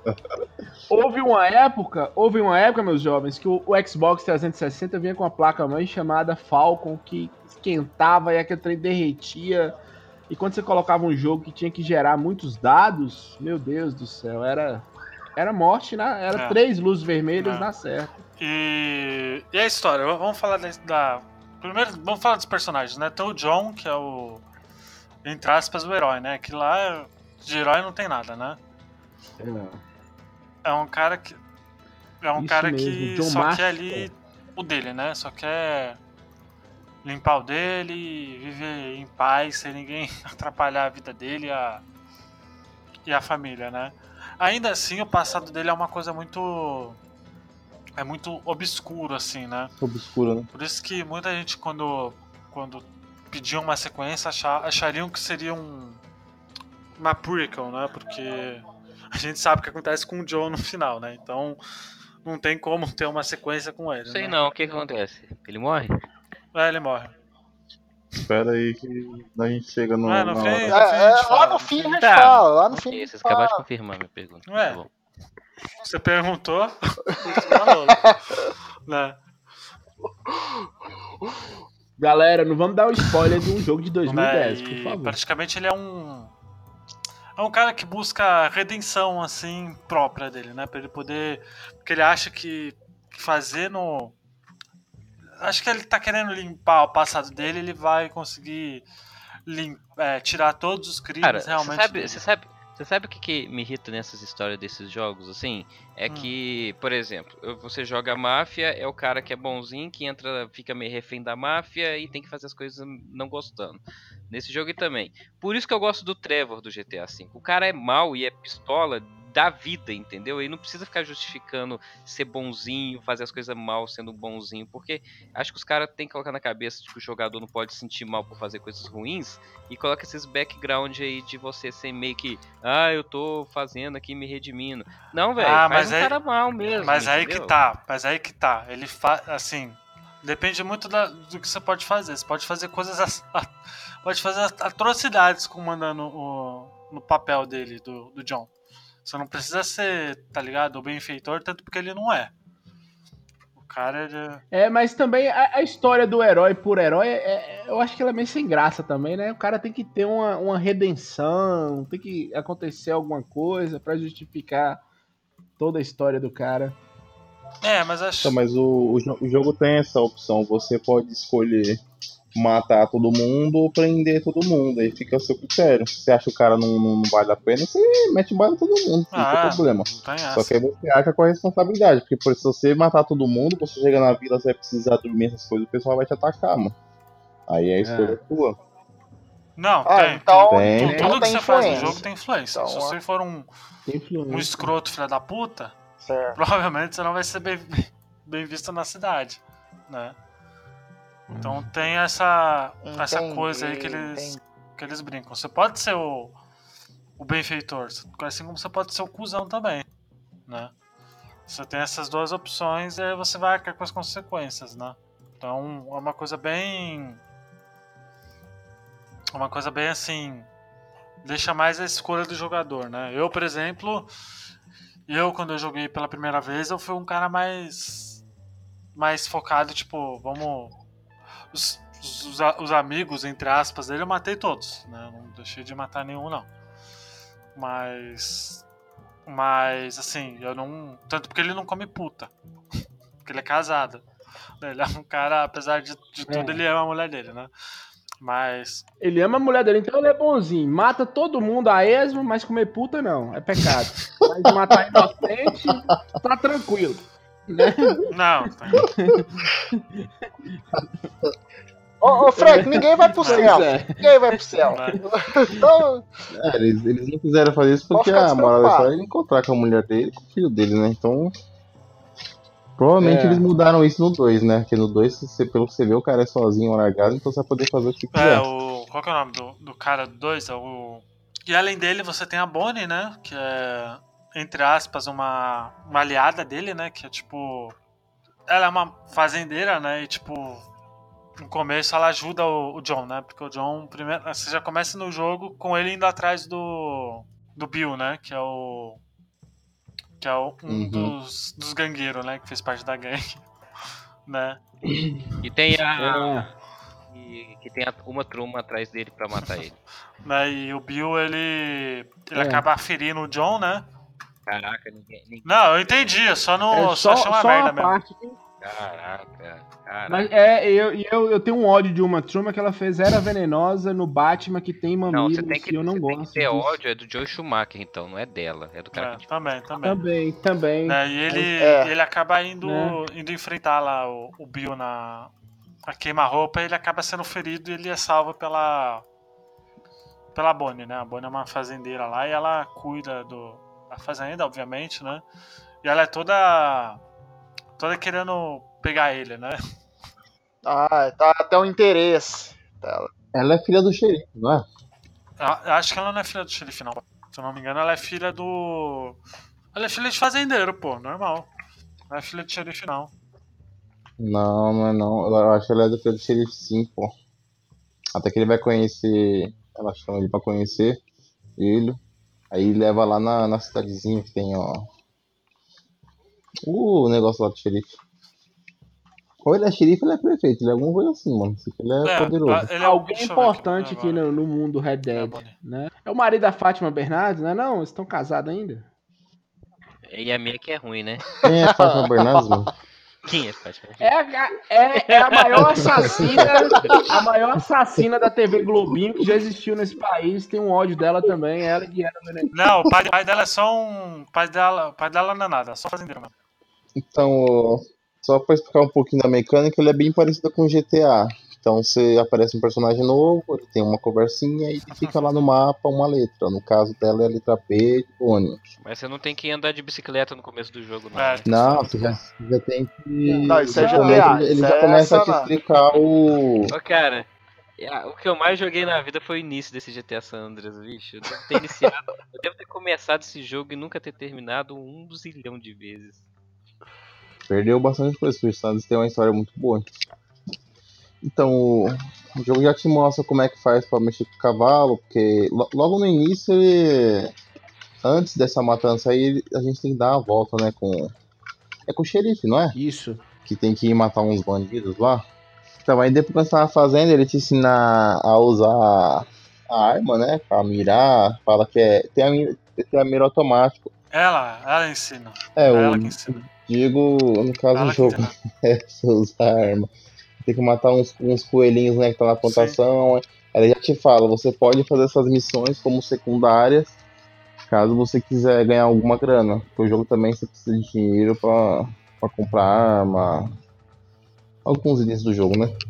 [SPEAKER 3] houve uma época, houve uma época, meus jovens, que o, o Xbox trezentos e sessenta vinha com uma placa-mãe chamada Falcon, que esquentava e aquele trem derretia. E quando você colocava um jogo que tinha que gerar muitos dados, meu Deus do céu, era, era morte, né? Era
[SPEAKER 2] É.
[SPEAKER 3] três luzes vermelhas
[SPEAKER 2] É.
[SPEAKER 3] na certa.
[SPEAKER 2] E, e a história, vamos falar da, da- Primeiro, vamos falar dos personagens, né? Tem o John, que é o. Entre aspas, o herói, né? Que lá de herói não tem nada, né? É um cara que. É um
[SPEAKER 3] Isso
[SPEAKER 2] cara
[SPEAKER 3] mesmo,
[SPEAKER 2] que
[SPEAKER 3] John
[SPEAKER 2] só
[SPEAKER 3] Marston.
[SPEAKER 2] quer ali o dele, né? Só quer limpar o dele, viver em paz, sem ninguém atrapalhar a vida dele e a, e a família, né? Ainda assim, o passado dele é uma coisa muito. É muito obscuro, assim, né?
[SPEAKER 5] Obscuro, né?
[SPEAKER 2] Por isso que muita gente, quando, quando pediam uma sequência, acha- achariam que seria um, uma prequel, né? Porque a gente sabe o que acontece com o John no final, né? Então não tem como ter uma sequência com ele.
[SPEAKER 4] Sei
[SPEAKER 2] né?
[SPEAKER 4] não, o que que acontece? Ele morre?
[SPEAKER 2] É, ele morre.
[SPEAKER 5] Espera aí que a gente chega no,
[SPEAKER 2] É, no
[SPEAKER 5] na
[SPEAKER 2] fim-
[SPEAKER 5] hora.
[SPEAKER 6] É,
[SPEAKER 2] No fim a
[SPEAKER 6] é,
[SPEAKER 2] gente
[SPEAKER 6] lá
[SPEAKER 2] fala,
[SPEAKER 6] no
[SPEAKER 2] no
[SPEAKER 6] fim a
[SPEAKER 2] fim.
[SPEAKER 6] gente
[SPEAKER 4] Tá,
[SPEAKER 6] fala, lá no fim a
[SPEAKER 4] ok,
[SPEAKER 6] gente
[SPEAKER 4] vocês acabaram de
[SPEAKER 6] fala.
[SPEAKER 4] confirmar minha pergunta.
[SPEAKER 2] Ué.
[SPEAKER 4] Tá bom.
[SPEAKER 2] Você perguntou, você falou, né?
[SPEAKER 3] Galera, não vamos dar um spoiler de um jogo de dois mil e dez,
[SPEAKER 2] Né?
[SPEAKER 3] por
[SPEAKER 2] E
[SPEAKER 3] favor.
[SPEAKER 2] praticamente ele é um é um cara que busca redenção assim própria dele, né? Pra ele poder, porque ele acha que, que fazendo, acho que ele tá querendo limpar o passado dele, ele vai conseguir lim... é, tirar todos os crimes
[SPEAKER 4] Cara, você
[SPEAKER 2] realmente.
[SPEAKER 4] sabe,
[SPEAKER 2] dele.
[SPEAKER 4] você sabe, você sabe o que, que me irrita nessas histórias desses jogos, assim? É
[SPEAKER 2] Hum.
[SPEAKER 4] que, por exemplo, eu- você joga a máfia, é o cara que é bonzinho, que entra, fica meio refém da máfia e tem que fazer as coisas não gostando. Nesse jogo e também. Por isso que eu gosto do Trevor do G T A V. O cara é mau e é pistola da vida, entendeu? Ele não precisa ficar justificando ser bonzinho, fazer as coisas mal sendo bonzinho, porque acho que os caras têm que colocar na cabeça de que o jogador não pode se sentir mal por fazer coisas ruins e coloca esses background aí de você ser meio que, ah, eu tô fazendo aqui me redimindo. Não, velho,
[SPEAKER 2] Ah,
[SPEAKER 4] faz
[SPEAKER 2] mas
[SPEAKER 4] um
[SPEAKER 2] aí-
[SPEAKER 4] cara mal mesmo.
[SPEAKER 2] Mas aí que
[SPEAKER 4] entendeu?
[SPEAKER 2] tá, mas aí que tá. Ele faz assim, depende muito da- do que você pode fazer. Você pode fazer coisas, as- a- pode fazer atrocidades comandando o no papel dele do, do John. Você não precisa ser, tá ligado, o benfeitor, tanto porque ele não é. O cara ele...
[SPEAKER 3] É, mas também a, a história do herói por herói, é- é- eu acho que ela é meio sem graça também, né? O cara tem que ter uma, uma redenção, tem que acontecer alguma coisa pra justificar toda a história do cara.
[SPEAKER 2] É, mas acho.
[SPEAKER 5] Tá, mas o, o, jo- o jogo tem essa opção. Você pode escolher matar todo mundo ou prender todo mundo. Aí fica a seu critério. Se você acha que o cara não, não, não vale a pena, você mete bala em todo mundo. Não
[SPEAKER 2] Ah,
[SPEAKER 5] tem problema.
[SPEAKER 2] não tem essa.
[SPEAKER 5] Só que aí você arca com a responsabilidade. Porque por, se você matar todo mundo, você chega na vila, você vai precisar dormir, essas coisas, o pessoal vai te atacar, mano. Aí a escolha é sua.
[SPEAKER 2] Não,
[SPEAKER 6] Ah,
[SPEAKER 2] tem.
[SPEAKER 6] então,
[SPEAKER 5] tem.
[SPEAKER 2] Tudo,
[SPEAKER 6] então
[SPEAKER 2] tudo que
[SPEAKER 6] tem
[SPEAKER 2] você faz no
[SPEAKER 6] influência.
[SPEAKER 2] jogo tem influência.
[SPEAKER 6] Então,
[SPEAKER 2] Se
[SPEAKER 6] ó.
[SPEAKER 2] você for um,
[SPEAKER 3] Tem influência.
[SPEAKER 2] um escroto filho da puta,
[SPEAKER 6] Certo.
[SPEAKER 2] provavelmente você não vai ser bem, bem visto na cidade, né? Então tem essa, essa
[SPEAKER 6] Entendi,
[SPEAKER 2] coisa aí que eles,
[SPEAKER 6] entendi.
[SPEAKER 2] que eles brincam. Você pode ser o, o benfeitor, assim como você pode ser o cuzão também, né? Você tem essas duas opções e aí você vai arcar com as consequências, né? Então é uma coisa bem... É uma coisa bem assim... Deixa mais a escolha do jogador, né? Eu, por exemplo... Eu, quando eu joguei pela primeira vez, eu fui um cara mais... Mais focado, tipo, vamos... Os, os, os a- os amigos, entre aspas, dele eu matei todos, né? Eu não deixei de matar nenhum, não. Mas... Mas, assim, eu não... Tanto porque ele não come puta. Porque ele é casado. Ele é um cara, apesar de, de tudo,
[SPEAKER 3] É.
[SPEAKER 2] ele ama a mulher dele, né? Mas...
[SPEAKER 3] Ele ama a mulher dele, então ele é bonzinho. Mata todo mundo a esmo, mas comer puta não, é pecado. Mas matar inocente, tá tranquilo. Né?
[SPEAKER 2] Não, tem-
[SPEAKER 6] Ô, ô, Frank, ninguém vai pro
[SPEAKER 3] Pois
[SPEAKER 6] céu.
[SPEAKER 3] é.
[SPEAKER 6] Ninguém vai pro céu.
[SPEAKER 2] né?
[SPEAKER 6] Então,
[SPEAKER 5] É, eles, eles não quiseram fazer isso porque
[SPEAKER 6] Pode ficar
[SPEAKER 5] a moral da
[SPEAKER 6] despreocupado.
[SPEAKER 5] história é ele encontrar com a mulher dele e com o filho dele, né? Então. Provavelmente
[SPEAKER 3] É.
[SPEAKER 5] eles mudaram isso no dois, né? Porque no dois, você, pelo que você vê, o cara é sozinho, largado, então você vai poder fazer o que
[SPEAKER 2] É,
[SPEAKER 5] quiser.
[SPEAKER 2] o... Qual que é o nome do, do cara dois? É o... E além dele, você tem a Bonnie, né? Que é, entre aspas, uma, uma aliada dele, né? Que é tipo... Ela é uma fazendeira, né? E tipo... No começo ela ajuda o, o John, né? Porque o John, primeiro... Você já começa no jogo com ele indo atrás do... Do Bill, né? Que é o... Que é o, um
[SPEAKER 5] Uhum.
[SPEAKER 2] dos, dos gangueiros, né? Que fez parte da gangue. Né?
[SPEAKER 4] E tem a.
[SPEAKER 3] É.
[SPEAKER 4] e- que tem a- uma turma atrás dele pra matar ele.
[SPEAKER 2] Né? E o Bill, ele... Ele
[SPEAKER 3] É.
[SPEAKER 2] acaba ferindo o John, né?
[SPEAKER 4] Caraca, ninguém. ninguém-
[SPEAKER 2] Não, eu entendi, eu só não.
[SPEAKER 3] É
[SPEAKER 2] só,
[SPEAKER 3] só,
[SPEAKER 2] achei uma
[SPEAKER 3] só
[SPEAKER 2] merda
[SPEAKER 3] uma
[SPEAKER 2] mesmo.
[SPEAKER 3] parte que...
[SPEAKER 4] Caraca, caraca.
[SPEAKER 3] Mas é, eu, eu, eu tenho um ódio de uma turma que ela fez Era Venenosa no Batman que tem
[SPEAKER 4] Não,
[SPEAKER 3] mamilos
[SPEAKER 4] você tem que,
[SPEAKER 3] e eu não
[SPEAKER 4] você tem
[SPEAKER 3] gosto
[SPEAKER 4] que ter
[SPEAKER 3] disso.
[SPEAKER 4] ódio, é do Joe Schumacher, então, não é dela, é do cara
[SPEAKER 2] É,
[SPEAKER 4] que.
[SPEAKER 2] também, também.
[SPEAKER 3] Também, também.
[SPEAKER 2] Né, e ele,
[SPEAKER 6] É.
[SPEAKER 2] ele acaba indo,
[SPEAKER 3] Né?
[SPEAKER 2] indo enfrentar lá o, o Bill na. A queima-roupa, ele acaba sendo ferido e ele é salvo pela. Pela Bonnie, né? A Bonnie é uma fazendeira lá e ela cuida do, da fazenda, obviamente, né? E ela é toda. toda querendo pegar ele, né?
[SPEAKER 6] ah, tá até o interesse dela.
[SPEAKER 5] Ela é filha do xerife, não é?
[SPEAKER 2] Eu, eu acho que ela não é filha do xerife, não. Se eu não me engano, ela é filha do... Ela é filha de fazendeiro, pô, normal. Não é filha de xerife, não.
[SPEAKER 5] Não, não é não. Eu acho que ela é do filho do xerife sim, pô. Até que ele vai conhecer. Ela chama ele pra conhecer ele. Aí leva lá na, na cidadezinha que tem, ó. O negócio lá do xerife. Ou ele é xerife ou ele é prefeito. Ele é alguma coisa assim, mano. Esse aqui ele é,
[SPEAKER 2] É,
[SPEAKER 5] poderoso.
[SPEAKER 2] ele é o-
[SPEAKER 3] Alguém
[SPEAKER 2] deixa eu ver
[SPEAKER 3] importante aqui
[SPEAKER 2] agora.
[SPEAKER 3] no, no mundo Red Dead,
[SPEAKER 2] Bonnie.
[SPEAKER 3] né? É o marido da Fátima Bernardes, não é não? Eles estão casados ainda?
[SPEAKER 4] E a minha que é ruim, né?
[SPEAKER 5] Quem é Fátima Bernardes, mano?
[SPEAKER 4] Quem é Fátima?
[SPEAKER 3] É a, é, é a maior assassina, a maior assassina da T V Globinho que já existiu nesse país. Tem um ódio dela também, ela que era Benedito.
[SPEAKER 2] Não, o pai, o pai dela é só um... O pai dela, o pai dela não é nada, é só fazendeiro mesmo.
[SPEAKER 5] Então, ó, só pra explicar um pouquinho da mecânica, ele é bem parecido com o G T A. Então você aparece um personagem novo, ele tem uma conversinha e ele fica lá no mapa uma letra. No caso dela é a letra B de Bonnie.
[SPEAKER 4] Mas você não tem que andar de bicicleta no começo do jogo, não.
[SPEAKER 2] É,
[SPEAKER 4] né?
[SPEAKER 5] Não, você já, você já tem que.
[SPEAKER 6] Não, isso é
[SPEAKER 5] já
[SPEAKER 6] G T A,
[SPEAKER 5] começa- ele
[SPEAKER 6] isso
[SPEAKER 5] já
[SPEAKER 6] é
[SPEAKER 5] começa a te
[SPEAKER 6] essa não.
[SPEAKER 5] explicar o.
[SPEAKER 4] Ô, cara, é, o que eu mais joguei na vida foi o início desse G T A San Andreas, bicho. Eu devo ter iniciado, eu devo ter começado esse jogo e nunca ter terminado um zilhão de vezes.
[SPEAKER 5] Perdeu bastante coisa, porque o Santos tem uma história muito boa. Então, o o jogo já te mostra como é que faz pra mexer com o cavalo, porque lo- logo no início, ele- antes dessa matança aí, ele- a gente tem que dar uma volta, né, com... É com o xerife, não é?
[SPEAKER 3] Isso.
[SPEAKER 5] Que tem que ir matar uns bandidos lá. Então, aí depois que você tá fazendo, ele te ensina a usar a arma, né, pra mirar, fala que é... Tem a, mi- tem a mira automática.
[SPEAKER 2] Ela, ela ensina.
[SPEAKER 5] É,
[SPEAKER 2] É
[SPEAKER 5] o
[SPEAKER 2] ela que ensina.
[SPEAKER 5] digo, no caso do
[SPEAKER 2] Ela que
[SPEAKER 5] jogo,
[SPEAKER 2] ensina.
[SPEAKER 5] é, você usar a arma. Tem que matar uns, uns coelhinhos, né, que tá na plantação. Aí ele já te fala, você pode fazer essas missões como secundárias, caso você quiser ganhar alguma grana. Porque o jogo também você precisa de dinheiro pra, pra comprar arma. Alguns itens do jogo, né?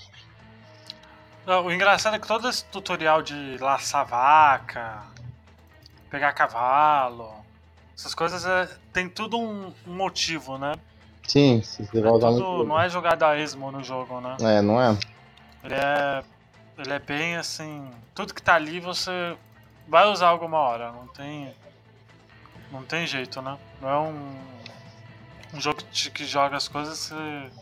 [SPEAKER 2] Não, o engraçado é que todo esse tutorial de laçar vaca, pegar cavalo, essas coisas é, tem tudo um, um motivo, né?
[SPEAKER 5] Sim, se você
[SPEAKER 2] É
[SPEAKER 5] vai usar
[SPEAKER 2] tudo,
[SPEAKER 5] muito.
[SPEAKER 2] não é jogado a esmo no jogo, né?
[SPEAKER 5] É, não é?
[SPEAKER 2] Ele é, ele é bem assim, tudo que tá ali você vai usar alguma hora, não tem, não tem jeito, né? Não é um, um jogo que, que joga as coisas você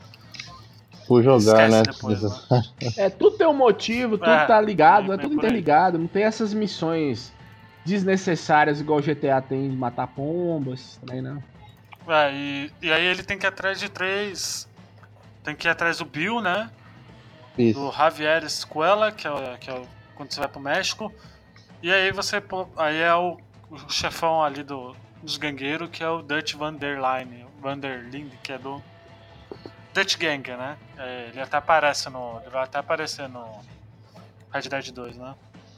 [SPEAKER 5] Por jogar,
[SPEAKER 2] esquece
[SPEAKER 5] né?
[SPEAKER 2] depois, né?
[SPEAKER 3] É, tudo tem um motivo, tudo
[SPEAKER 2] É,
[SPEAKER 3] tá ligado,
[SPEAKER 2] bem-
[SPEAKER 3] é
[SPEAKER 2] bem
[SPEAKER 3] tudo
[SPEAKER 2] por aí.
[SPEAKER 3] interligado. Não tem essas missões desnecessárias igual o G T A tem de matar pombas, também não.
[SPEAKER 2] É, e, e aí ele tem que ir atrás de três. Tem que ir atrás do Bill, né? Do
[SPEAKER 5] Isso.
[SPEAKER 2] Javier Escuela, que é, o- que é o- quando você vai pro México. E aí você. pô- Aí é o, o chefão ali do, dos gangueiros, que é o Dutch Van der Line. Van der Linde, que é do. Dutch Gang, né? É, ele até aparece no. Ele vai até aparecer no Red Dead dois, né?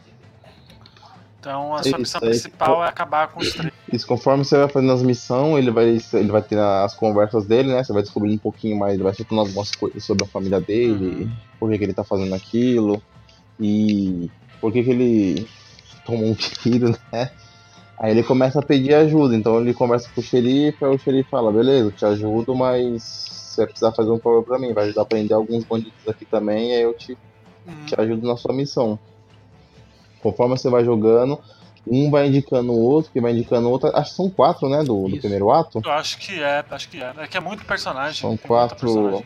[SPEAKER 2] Então a sua
[SPEAKER 5] Isso,
[SPEAKER 2] missão
[SPEAKER 5] aí,
[SPEAKER 2] principal é acabar com os três.
[SPEAKER 5] Isso, conforme você vai fazendo as missões, ele vai, ele vai ter as conversas dele, né? Você vai descobrindo um pouquinho mais, ele vai citando algumas coisas sobre a família dele,
[SPEAKER 2] Uhum.
[SPEAKER 5] por que, que ele tá fazendo aquilo, e por que, que ele tomou um tiro, né? Aí ele começa a pedir ajuda, então ele conversa com o xerife, aí o xerife fala, beleza, eu te ajudo, mas você vai precisar fazer um favor pra mim, vai ajudar a prender alguns bandidos aqui também, aí eu te,
[SPEAKER 2] Uhum.
[SPEAKER 5] te ajudo na sua missão. Conforme você vai jogando, um vai indicando o outro, que vai indicando o outro. Acho que são quatro, né? Do, do
[SPEAKER 3] Isso.
[SPEAKER 5] primeiro ato.
[SPEAKER 2] Eu acho que é, acho que é. É que é muito personagem.
[SPEAKER 5] São
[SPEAKER 2] tem muita
[SPEAKER 5] quatro.
[SPEAKER 2] personagem.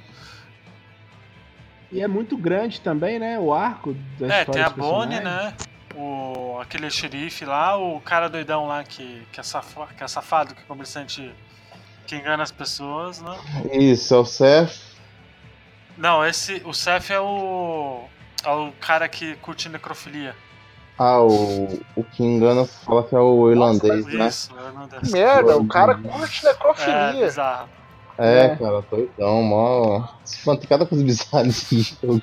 [SPEAKER 3] E é muito grande também, né? O arco da
[SPEAKER 2] É,
[SPEAKER 3] história
[SPEAKER 2] tem a
[SPEAKER 3] dos
[SPEAKER 2] Bonnie,
[SPEAKER 3] personagens.
[SPEAKER 2] né? O, aquele xerife lá, o cara doidão lá que, que, é, safa, que é safado, que é comerciante que engana as pessoas, né?
[SPEAKER 5] Isso, é o Seth.
[SPEAKER 2] Não, esse. O Seth é o. É o cara que curte necrofilia.
[SPEAKER 5] Ah, o, o que engana fala que é o irlandês, né?
[SPEAKER 2] Isso, eu não
[SPEAKER 6] Que merda, o cara curte
[SPEAKER 2] É,
[SPEAKER 6] necrofilia.
[SPEAKER 2] bizarro.
[SPEAKER 5] É,
[SPEAKER 3] É.
[SPEAKER 5] cara, doidão, mó. Mano, tem cada coisa bizarra nesse jogo.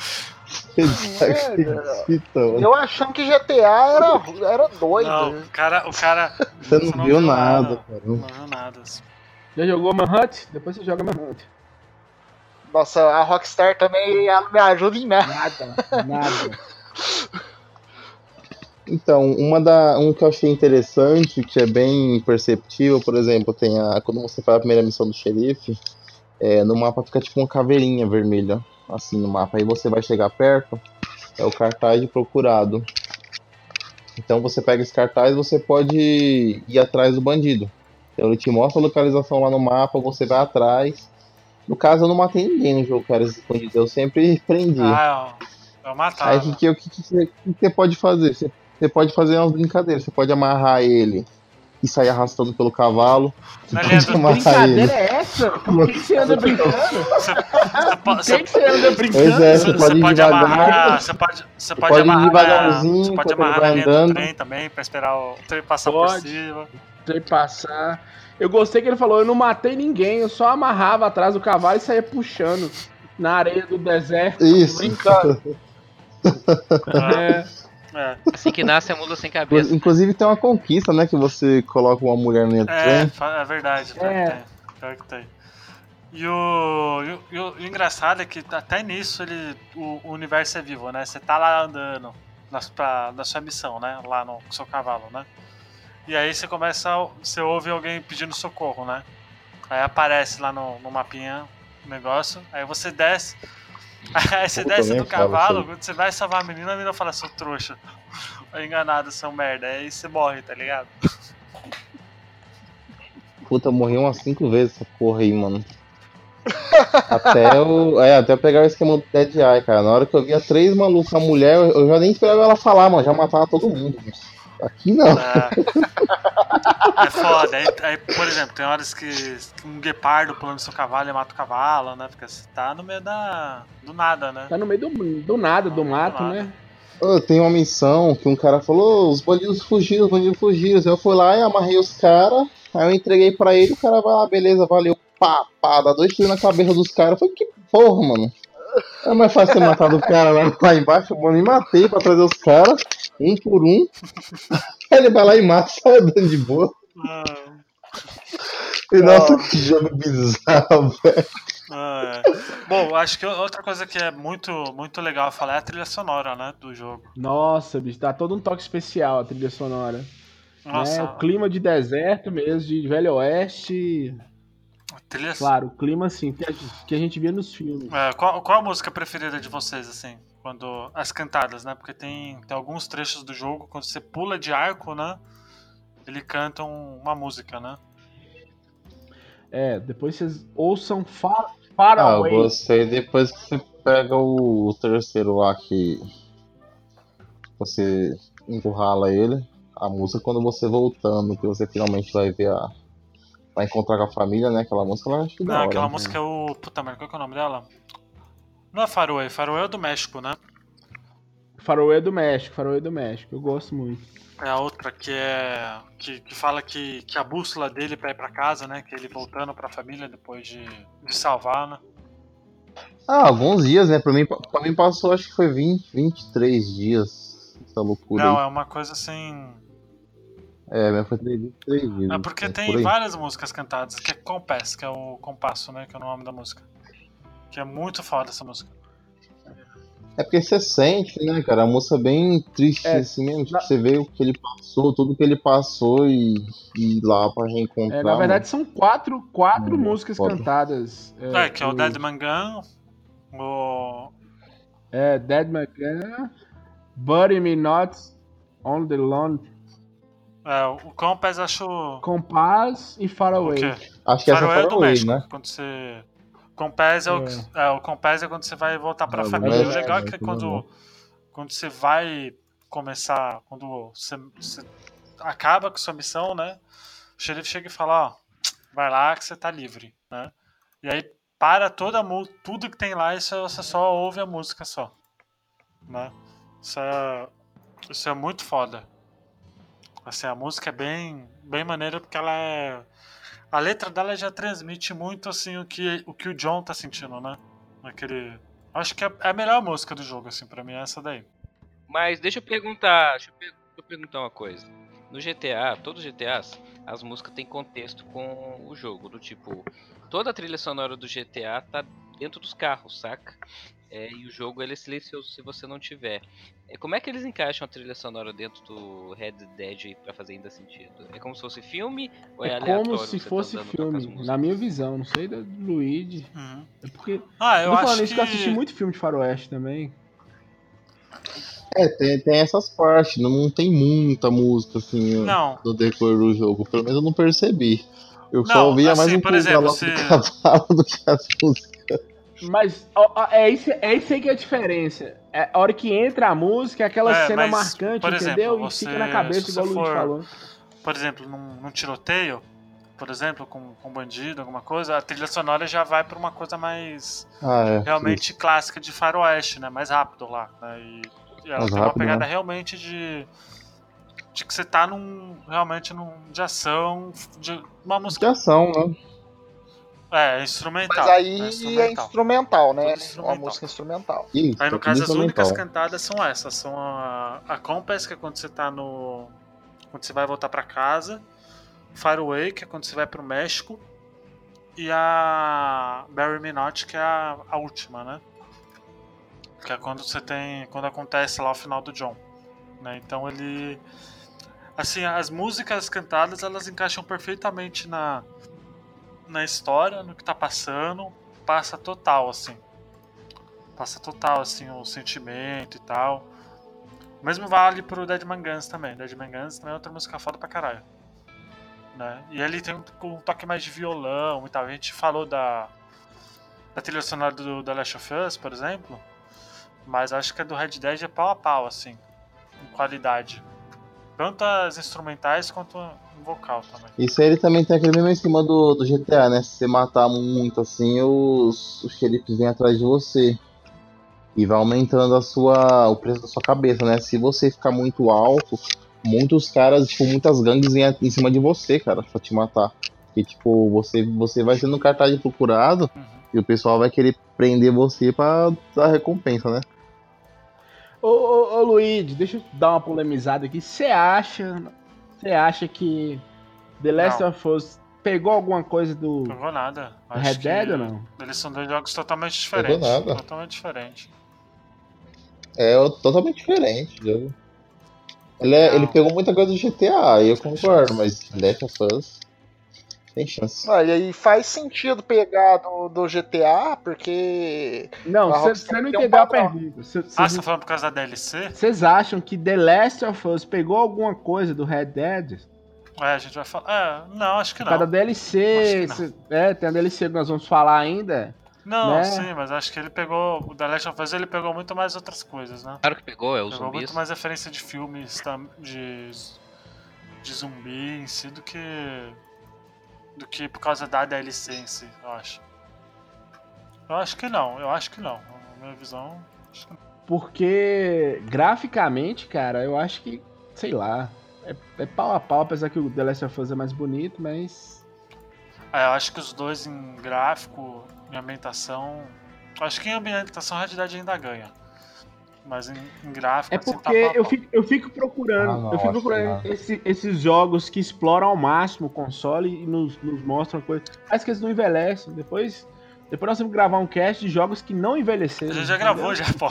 [SPEAKER 6] merda.
[SPEAKER 5] Então,
[SPEAKER 6] Eu achando que G T A era, era doido.
[SPEAKER 2] Não, o cara. O cara
[SPEAKER 5] você não viu nada, cara.
[SPEAKER 2] Não viu nada.
[SPEAKER 3] Já jogou Manhunt? Depois você joga Manhunt.
[SPEAKER 6] Nossa, a Rockstar também ela não me ajuda em nada.
[SPEAKER 3] Nada, nada.
[SPEAKER 5] Então, uma da, um que eu achei interessante, que é bem perceptível, por exemplo, tem a, quando você faz a primeira missão do xerife, é, no mapa fica tipo uma caveirinha vermelha, assim no mapa. Aí você vai chegar perto, é o cartaz de procurado. Então você pega esse cartaz e você pode ir atrás do bandido. Então ele te mostra a localização lá no mapa, você vai atrás. No caso, eu não matei ninguém no jogo que era escondido, eu sempre prendi.
[SPEAKER 2] Ah, eu, eu
[SPEAKER 5] Aí o
[SPEAKER 2] matava.
[SPEAKER 5] que, que, que, que, que você pode fazer? Você, você pode fazer umas brincadeiras, você pode amarrar ele e sair arrastando pelo cavalo. Você
[SPEAKER 2] Mas,
[SPEAKER 5] pode
[SPEAKER 2] Leandro,
[SPEAKER 5] amarrar
[SPEAKER 3] Brincadeira
[SPEAKER 5] ele.
[SPEAKER 3] é essa? Por que, que você anda brincando?
[SPEAKER 2] Você, você,
[SPEAKER 3] Por
[SPEAKER 2] pode-
[SPEAKER 3] que,
[SPEAKER 2] você,
[SPEAKER 3] que você anda brincando?
[SPEAKER 5] Pois é,
[SPEAKER 2] você,
[SPEAKER 5] você
[SPEAKER 2] você
[SPEAKER 5] pode ir
[SPEAKER 2] pode
[SPEAKER 5] devagar.
[SPEAKER 2] amarrar. Você pode, você pode
[SPEAKER 5] pode ir
[SPEAKER 2] amarrar.
[SPEAKER 5] devagarzinho
[SPEAKER 2] Você pode
[SPEAKER 5] enquanto ele
[SPEAKER 2] amarrar
[SPEAKER 5] vai
[SPEAKER 2] na linha do
[SPEAKER 5] andando.
[SPEAKER 2] trem também, pra esperar o trem passar
[SPEAKER 3] Pode.
[SPEAKER 2] por cima.
[SPEAKER 3] Sem passar. Eu gostei que ele falou, eu não matei ninguém, eu só amarrava atrás do cavalo e saía puxando na areia do deserto.
[SPEAKER 5] Isso.
[SPEAKER 3] Brincando. É.
[SPEAKER 2] É,
[SPEAKER 4] Assim que nasce a mula sem cabeça.
[SPEAKER 5] Inclusive tem uma conquista, né? Que você coloca uma mulher no
[SPEAKER 2] é,
[SPEAKER 5] trem.
[SPEAKER 2] fa- é verdade. Pior,
[SPEAKER 3] É.
[SPEAKER 2] Que tem, pior que tem. E o, e o, e o- e o engraçado é que até nisso ele, o, o universo é vivo, né? Você tá lá andando na, pra, na sua missão, né? Lá no seu cavalo, né? E aí você começa, a- você ouve alguém pedindo socorro, né? Aí aparece lá no, no mapinha o negócio, aí você desce, aí você
[SPEAKER 5] Eu
[SPEAKER 2] desce
[SPEAKER 5] também
[SPEAKER 2] do
[SPEAKER 5] falo
[SPEAKER 2] cavalo,
[SPEAKER 5] isso
[SPEAKER 2] quando você vai salvar a menina, a menina fala, seu trouxa, é enganado, seu merda, aí você morre, tá ligado?
[SPEAKER 5] Puta, eu morri umas cinco vezes essa porra aí, mano. Até eu, é, até eu pegar o esquema do Dead Eye, cara. Na hora que eu via três malucos, a mulher, eu, eu já nem esperava ela falar, mano. Já matava todo mundo. Aqui não.
[SPEAKER 2] É, é foda, aí, aí, por exemplo, tem horas que um guepardo pulando no seu cavalo e mata o cavalo, né? Porque você tá no meio da, do nada, né?
[SPEAKER 3] Tá no meio do, do nada, do mato,
[SPEAKER 2] nada.
[SPEAKER 3] né?
[SPEAKER 5] Eu tenho uma missão que um cara falou, "Ô, os bandidos fugiram, os bandidos fugiram. Eu fui lá e amarrei os caras, aí eu entreguei pra ele, o cara vai lá, beleza, valeu, pá, pá, dá dois tiros na cabeça dos caras. Eu falei, que porra, mano. É mais fácil ter matado o cara lá, lá embaixo, mano, e matei pra trazer os caras, um por um. Aí ele vai lá e mata, sai andando de boa.
[SPEAKER 2] Ah,
[SPEAKER 5] E, nossa, que jogo bizarro, velho.
[SPEAKER 2] ah, é. Bom, acho que outra coisa que é muito, muito legal falar é a trilha sonora, né? Do jogo.
[SPEAKER 3] Nossa, bicho, dá todo um toque especial a trilha sonora.
[SPEAKER 2] Nossa,
[SPEAKER 3] Né? O clima de deserto mesmo, de Velho Oeste.
[SPEAKER 2] a trilha
[SPEAKER 3] Claro, o clima assim, que a, gente- que a gente via nos filmes.
[SPEAKER 2] É, qual, qual a música preferida de vocês, assim? Quando. As cantadas, né? Porque tem, tem alguns trechos do jogo, quando você pula de arco, né? Ele canta um- uma música, né?
[SPEAKER 3] É, depois vocês ouçam Far, far
[SPEAKER 5] Ah, eu
[SPEAKER 3] Away.
[SPEAKER 5] gostei depois que você pega o, o terceiro lá que você encurrala ele. A música quando você voltando, que você finalmente vai ver a. Vai encontrar com a família, né? Aquela música eu acho da
[SPEAKER 2] Não,
[SPEAKER 5] hora.
[SPEAKER 2] aquela
[SPEAKER 5] né?
[SPEAKER 2] música é o. Puta merda, qual que é o nome dela? Não é Faroe, Faroe é do México, né?
[SPEAKER 3] Far Away é do México, Far Away é do México. Eu gosto muito.
[SPEAKER 2] É a outra que é. Que, que fala que, que a bússola dele pra ir pra casa, né? Que ele voltando pra família depois de, de salvar, né?
[SPEAKER 5] Ah, alguns dias, né? Pra mim, pra mim passou, acho que foi vinte, vinte e três dias. Essa loucura
[SPEAKER 2] Não,
[SPEAKER 5] aí.
[SPEAKER 2] é uma coisa assim.
[SPEAKER 5] É, mas foi vinte e três dias.
[SPEAKER 2] É porque
[SPEAKER 5] é,
[SPEAKER 2] tem
[SPEAKER 5] por aí.
[SPEAKER 2] várias músicas cantadas, que é Compass, que é o compasso, né? Que é o nome da música. Que é muito foda essa música.
[SPEAKER 5] É porque você sente, né, cara? A música é bem triste
[SPEAKER 3] É,
[SPEAKER 5] assim mesmo. Tipo,
[SPEAKER 3] na-
[SPEAKER 5] você vê o que ele passou, tudo que ele passou e, e ir lá pra reencontrar.
[SPEAKER 3] É, na verdade, são quatro, quatro
[SPEAKER 5] Hum,
[SPEAKER 3] músicas
[SPEAKER 5] foda.
[SPEAKER 3] cantadas.
[SPEAKER 2] É, que é o
[SPEAKER 3] o-
[SPEAKER 2] Dead Man Gun, o.
[SPEAKER 3] É, Dead Man Gun, Bury Me Not on the Lawn,
[SPEAKER 2] É, o Compass acho.
[SPEAKER 3] Compass e Far
[SPEAKER 2] O
[SPEAKER 3] Away.
[SPEAKER 2] quê?
[SPEAKER 5] Acho que essa
[SPEAKER 2] Faroé
[SPEAKER 5] foi
[SPEAKER 2] é do
[SPEAKER 5] Away,
[SPEAKER 2] México,
[SPEAKER 5] né?
[SPEAKER 2] quando você. Compass é, o, é, o Compass é quando você vai voltar pra
[SPEAKER 5] Ah, do
[SPEAKER 2] família. O
[SPEAKER 3] México,
[SPEAKER 2] legal é que
[SPEAKER 5] né,
[SPEAKER 2] quando,
[SPEAKER 5] normal.
[SPEAKER 2] quando você vai começar, quando você, você acaba com sua missão, né? O xerife chega e fala, ó, vai lá que você tá livre, né? E aí para toda a música, tudo que tem lá, e você você só ouve a música só, né? Isso é, isso é muito foda. Assim, a música é bem, bem maneira porque ela é... A letra dela já transmite muito, assim, o que o, que o John tá sentindo, né? Naquele... Acho que é é a melhor música do jogo, assim, pra mim, é essa daí.
[SPEAKER 4] Mas deixa eu perguntar, deixa eu, per- deixa eu perguntar uma coisa. No G T A, todos os G T As, as músicas têm contexto com o jogo, do tipo, toda a trilha sonora do G T A tá dentro dos carros, saca? É, e o jogo ele é silencioso se você não tiver. É, como é que eles encaixam a trilha sonora dentro do Red Dead aí pra fazer ainda sentido? É como se fosse filme ou é,
[SPEAKER 3] É
[SPEAKER 4] aleatório?
[SPEAKER 3] como se
[SPEAKER 4] você tá
[SPEAKER 3] fosse
[SPEAKER 4] andando, toca as
[SPEAKER 3] filme,
[SPEAKER 4] músicas?
[SPEAKER 3] na minha visão. Não sei da do Luigi.
[SPEAKER 2] Uhum.
[SPEAKER 3] É porque.
[SPEAKER 2] Ah, eu
[SPEAKER 3] Eu tô falando
[SPEAKER 2] acho
[SPEAKER 3] isso
[SPEAKER 2] que...
[SPEAKER 3] que eu assisti muito filme de faroeste também.
[SPEAKER 5] É, tem, tem essas partes, não, não tem muita música assim
[SPEAKER 2] Não.
[SPEAKER 5] no decorrer do jogo. Pelo menos eu não percebi. Eu só
[SPEAKER 2] Não,
[SPEAKER 5] ouvia mais
[SPEAKER 2] assim,
[SPEAKER 5] um
[SPEAKER 2] por
[SPEAKER 5] pouco da
[SPEAKER 2] exemplo,
[SPEAKER 5] nota
[SPEAKER 2] se.
[SPEAKER 5] do cavalo do que as músicas.
[SPEAKER 3] Mas ó, ó, é, isso, é isso aí que é a diferença. É a hora que entra a música, é aquela
[SPEAKER 2] É,
[SPEAKER 3] cena
[SPEAKER 2] mas,
[SPEAKER 3] marcante,
[SPEAKER 2] por exemplo,
[SPEAKER 3] entendeu? E
[SPEAKER 2] você.
[SPEAKER 3] fica na cabeça,
[SPEAKER 2] Se
[SPEAKER 3] igual o
[SPEAKER 2] você
[SPEAKER 3] Luiz
[SPEAKER 2] for,
[SPEAKER 3] falou.
[SPEAKER 2] por exemplo, num, num tiroteio, por exemplo, com, com um bandido, alguma coisa, a trilha sonora já vai pra uma coisa mais
[SPEAKER 5] Ah, é.
[SPEAKER 2] realmente
[SPEAKER 5] Isso.
[SPEAKER 2] clássica de faroeste, né? Mais rápido lá. Né? E, e ela
[SPEAKER 5] Mais
[SPEAKER 2] tem uma
[SPEAKER 5] rápido,
[SPEAKER 2] pegada
[SPEAKER 5] né?
[SPEAKER 2] realmente de. De que você tá num. Realmente num. De ação. De uma
[SPEAKER 5] De
[SPEAKER 2] música.
[SPEAKER 5] ação, né?
[SPEAKER 2] É, instrumental.
[SPEAKER 6] Mas
[SPEAKER 2] é
[SPEAKER 6] aí é
[SPEAKER 2] instrumental.
[SPEAKER 6] instrumental, né?
[SPEAKER 2] Tudo instrumental.
[SPEAKER 6] Uma música instrumental.
[SPEAKER 5] Isso,
[SPEAKER 2] Aí no
[SPEAKER 5] é tudo
[SPEAKER 2] caso as únicas
[SPEAKER 5] instrumental.
[SPEAKER 2] cantadas são essas, são a, a Compass, que é quando você tá no. Quando você vai voltar pra casa, Faraway, que é quando você vai pro México, e a Bury Me Not, que é a, a última, né? Que é quando você tem. Quando acontece lá o final do John. Né? Então ele. Assim, as músicas cantadas elas encaixam perfeitamente na, na história, no que tá passando, passa total, assim. Passa total, assim, o sentimento e tal. O mesmo vale pro Deadman Guns também. Deadman Guns também é outra música foda pra caralho. Né? E ele tem um, um toque mais de violão e tal. A gente falou da, da trilha sonora do The Last of Us, por exemplo. Mas acho que a do Red Dead é pau a pau, assim. Em qualidade. Tanto as instrumentais quanto o vocal também.
[SPEAKER 5] Isso aí ele também tem aquele mesmo esquema do, do G T A, né? Se você matar muito assim, os, os xerifes vêm atrás de você. E vai aumentando a sua, o preço da sua cabeça, né? Se você ficar muito alto, muitos caras, tipo, muitas gangues vêm em cima de você, cara, pra te matar. E tipo, você, você vai sendo cartaz de procurado
[SPEAKER 2] Uhum.
[SPEAKER 5] e o pessoal vai querer prender você pra dar recompensa, né?
[SPEAKER 3] Ô, ô, ô Luigi, deixa eu dar uma polemizada aqui. Você acha. Você acha que The Last
[SPEAKER 2] Não.
[SPEAKER 3] of Us pegou alguma coisa do
[SPEAKER 2] Não pegou nada. Acho
[SPEAKER 3] Red
[SPEAKER 2] que
[SPEAKER 3] Dead ou não?
[SPEAKER 2] Eles são dois jogos totalmente
[SPEAKER 5] Pegou
[SPEAKER 2] diferentes.
[SPEAKER 5] nada.
[SPEAKER 2] Totalmente diferentes.
[SPEAKER 5] É o- totalmente diferente, viu? Ele, é- ele
[SPEAKER 2] Não.
[SPEAKER 5] pegou muita coisa do G T A, eu concordo, mas Last of Us tem chance.
[SPEAKER 6] Ah, e aí faz sentido pegar do, do G T A, porque
[SPEAKER 3] Não,
[SPEAKER 6] a
[SPEAKER 3] você
[SPEAKER 6] Rockstar
[SPEAKER 3] não
[SPEAKER 6] tem um
[SPEAKER 3] entendeu a
[SPEAKER 6] padrão.
[SPEAKER 3] pergunta. Cê-
[SPEAKER 2] Ah,
[SPEAKER 3] Vocês
[SPEAKER 2] você tá falando por causa da D L C?
[SPEAKER 3] vocês acham que The Last of Us pegou alguma coisa do Red Dead?
[SPEAKER 2] É, a gente vai falar. É, não, acho que
[SPEAKER 3] Por causa da
[SPEAKER 2] não.
[SPEAKER 3] D L C.
[SPEAKER 2] Acho que
[SPEAKER 3] cê- É, tem a D L C que nós vamos falar ainda.
[SPEAKER 2] Não,
[SPEAKER 3] né?
[SPEAKER 2] sim, mas acho que ele pegou. O The Last of Us ele pegou muito mais outras coisas, né?
[SPEAKER 4] Claro que pegou, é os
[SPEAKER 2] Pegou
[SPEAKER 4] zumbis.
[SPEAKER 2] muito mais referência de filmes tam- de, de zumbi em si do que. do que por causa da D L C em si, eu acho. Eu acho que não, eu acho que não. Na minha visão, acho que não.
[SPEAKER 3] Porque graficamente, cara, eu acho que, sei lá, é, é pau a pau, apesar que o The Last of Us é mais bonito, mas.
[SPEAKER 2] É, eu acho que os dois em gráfico, em ambientação. Acho que em ambientação a Red Dead ainda ganha. Mas em, em gráfico,
[SPEAKER 3] É
[SPEAKER 2] assim, tá
[SPEAKER 3] porque
[SPEAKER 2] pau a
[SPEAKER 3] eu
[SPEAKER 2] pau.
[SPEAKER 3] fico, eu fico procurando,
[SPEAKER 5] Ah, não,
[SPEAKER 3] eu fico
[SPEAKER 5] acho que
[SPEAKER 3] procurando
[SPEAKER 5] não.
[SPEAKER 3] esse- esses jogos que exploram ao máximo o console e nos, nos mostram coisas. Parece que eles não envelhecem. Depois, depois nós temos que gravar um cast de jogos que não
[SPEAKER 2] A
[SPEAKER 3] envelheceram.
[SPEAKER 2] gente já
[SPEAKER 3] entendeu?
[SPEAKER 2] gravou, já, pô.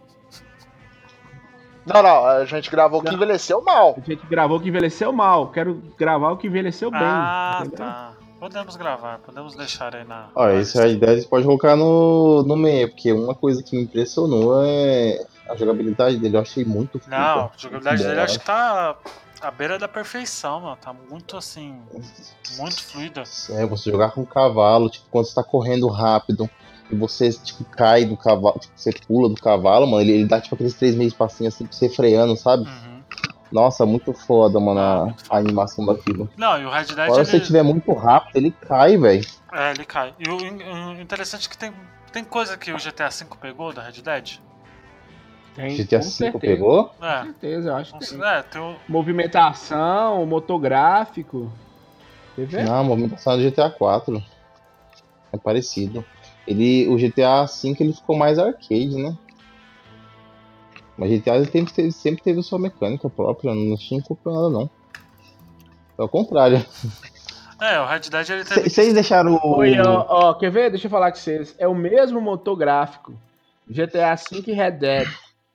[SPEAKER 6] Não, não, a gente gravou o que
[SPEAKER 3] Não.
[SPEAKER 6] envelheceu mal.
[SPEAKER 3] A gente gravou o que envelheceu mal. Quero gravar o que envelheceu bem.
[SPEAKER 2] Ah,
[SPEAKER 3] entendeu?
[SPEAKER 2] tá. Podemos gravar, podemos deixar aí na.
[SPEAKER 5] Ó,
[SPEAKER 2] na
[SPEAKER 5] esse
[SPEAKER 2] lista.
[SPEAKER 5] Red Dead você pode colocar no, no meio, porque uma coisa que me impressionou é a jogabilidade dele. Eu achei muito fluida.
[SPEAKER 2] Não, a
[SPEAKER 5] muito
[SPEAKER 2] jogabilidade
[SPEAKER 5] bom,
[SPEAKER 2] dele
[SPEAKER 5] eu
[SPEAKER 2] acho que tá à beira da perfeição, mano. Tá muito assim. Muito fluida.
[SPEAKER 5] É, você jogar com o cavalo, tipo, quando você tá correndo rápido e você, tipo, cai do cavalo, tipo, você pula do cavalo, mano, ele, ele dá, tipo, aqueles três meio passinhos assim pra você freando, sabe?
[SPEAKER 2] Uhum.
[SPEAKER 5] Nossa, muito foda, mano,
[SPEAKER 2] Ah,
[SPEAKER 5] a,
[SPEAKER 2] muito
[SPEAKER 5] a
[SPEAKER 2] foda.
[SPEAKER 5] animação daquilo.
[SPEAKER 2] Não, e o Red Dead
[SPEAKER 5] Agora, se você
[SPEAKER 2] ele.
[SPEAKER 5] estiver muito rápido, ele cai, velho.
[SPEAKER 2] É, ele cai. E o, o interessante é que tem, tem coisa que o G T A V pegou da Red Dead.
[SPEAKER 3] Tem,
[SPEAKER 5] G T A
[SPEAKER 3] com
[SPEAKER 5] V
[SPEAKER 3] certeza.
[SPEAKER 5] pegou?
[SPEAKER 3] Com
[SPEAKER 2] É.
[SPEAKER 3] certeza, eu acho
[SPEAKER 2] Não
[SPEAKER 3] que
[SPEAKER 2] sei-
[SPEAKER 3] tem.
[SPEAKER 2] É, tem o.
[SPEAKER 3] Movimentação, motográfico. Quer ver?
[SPEAKER 5] Não, a movimentação do G T A quatro. É parecido. Ele, o G T A V ele ficou mais arcade, né? Mas G T A ele sempre, teve, sempre teve sua mecânica própria, não tinha culpa nada não. É o contrário.
[SPEAKER 2] É, o Red Dead ele teve.
[SPEAKER 5] Vocês deixaram o.
[SPEAKER 3] Oi, ó, ó, quer ver? Deixa eu falar com vocês. É o mesmo motor gráfico. G T A V e Red Dead.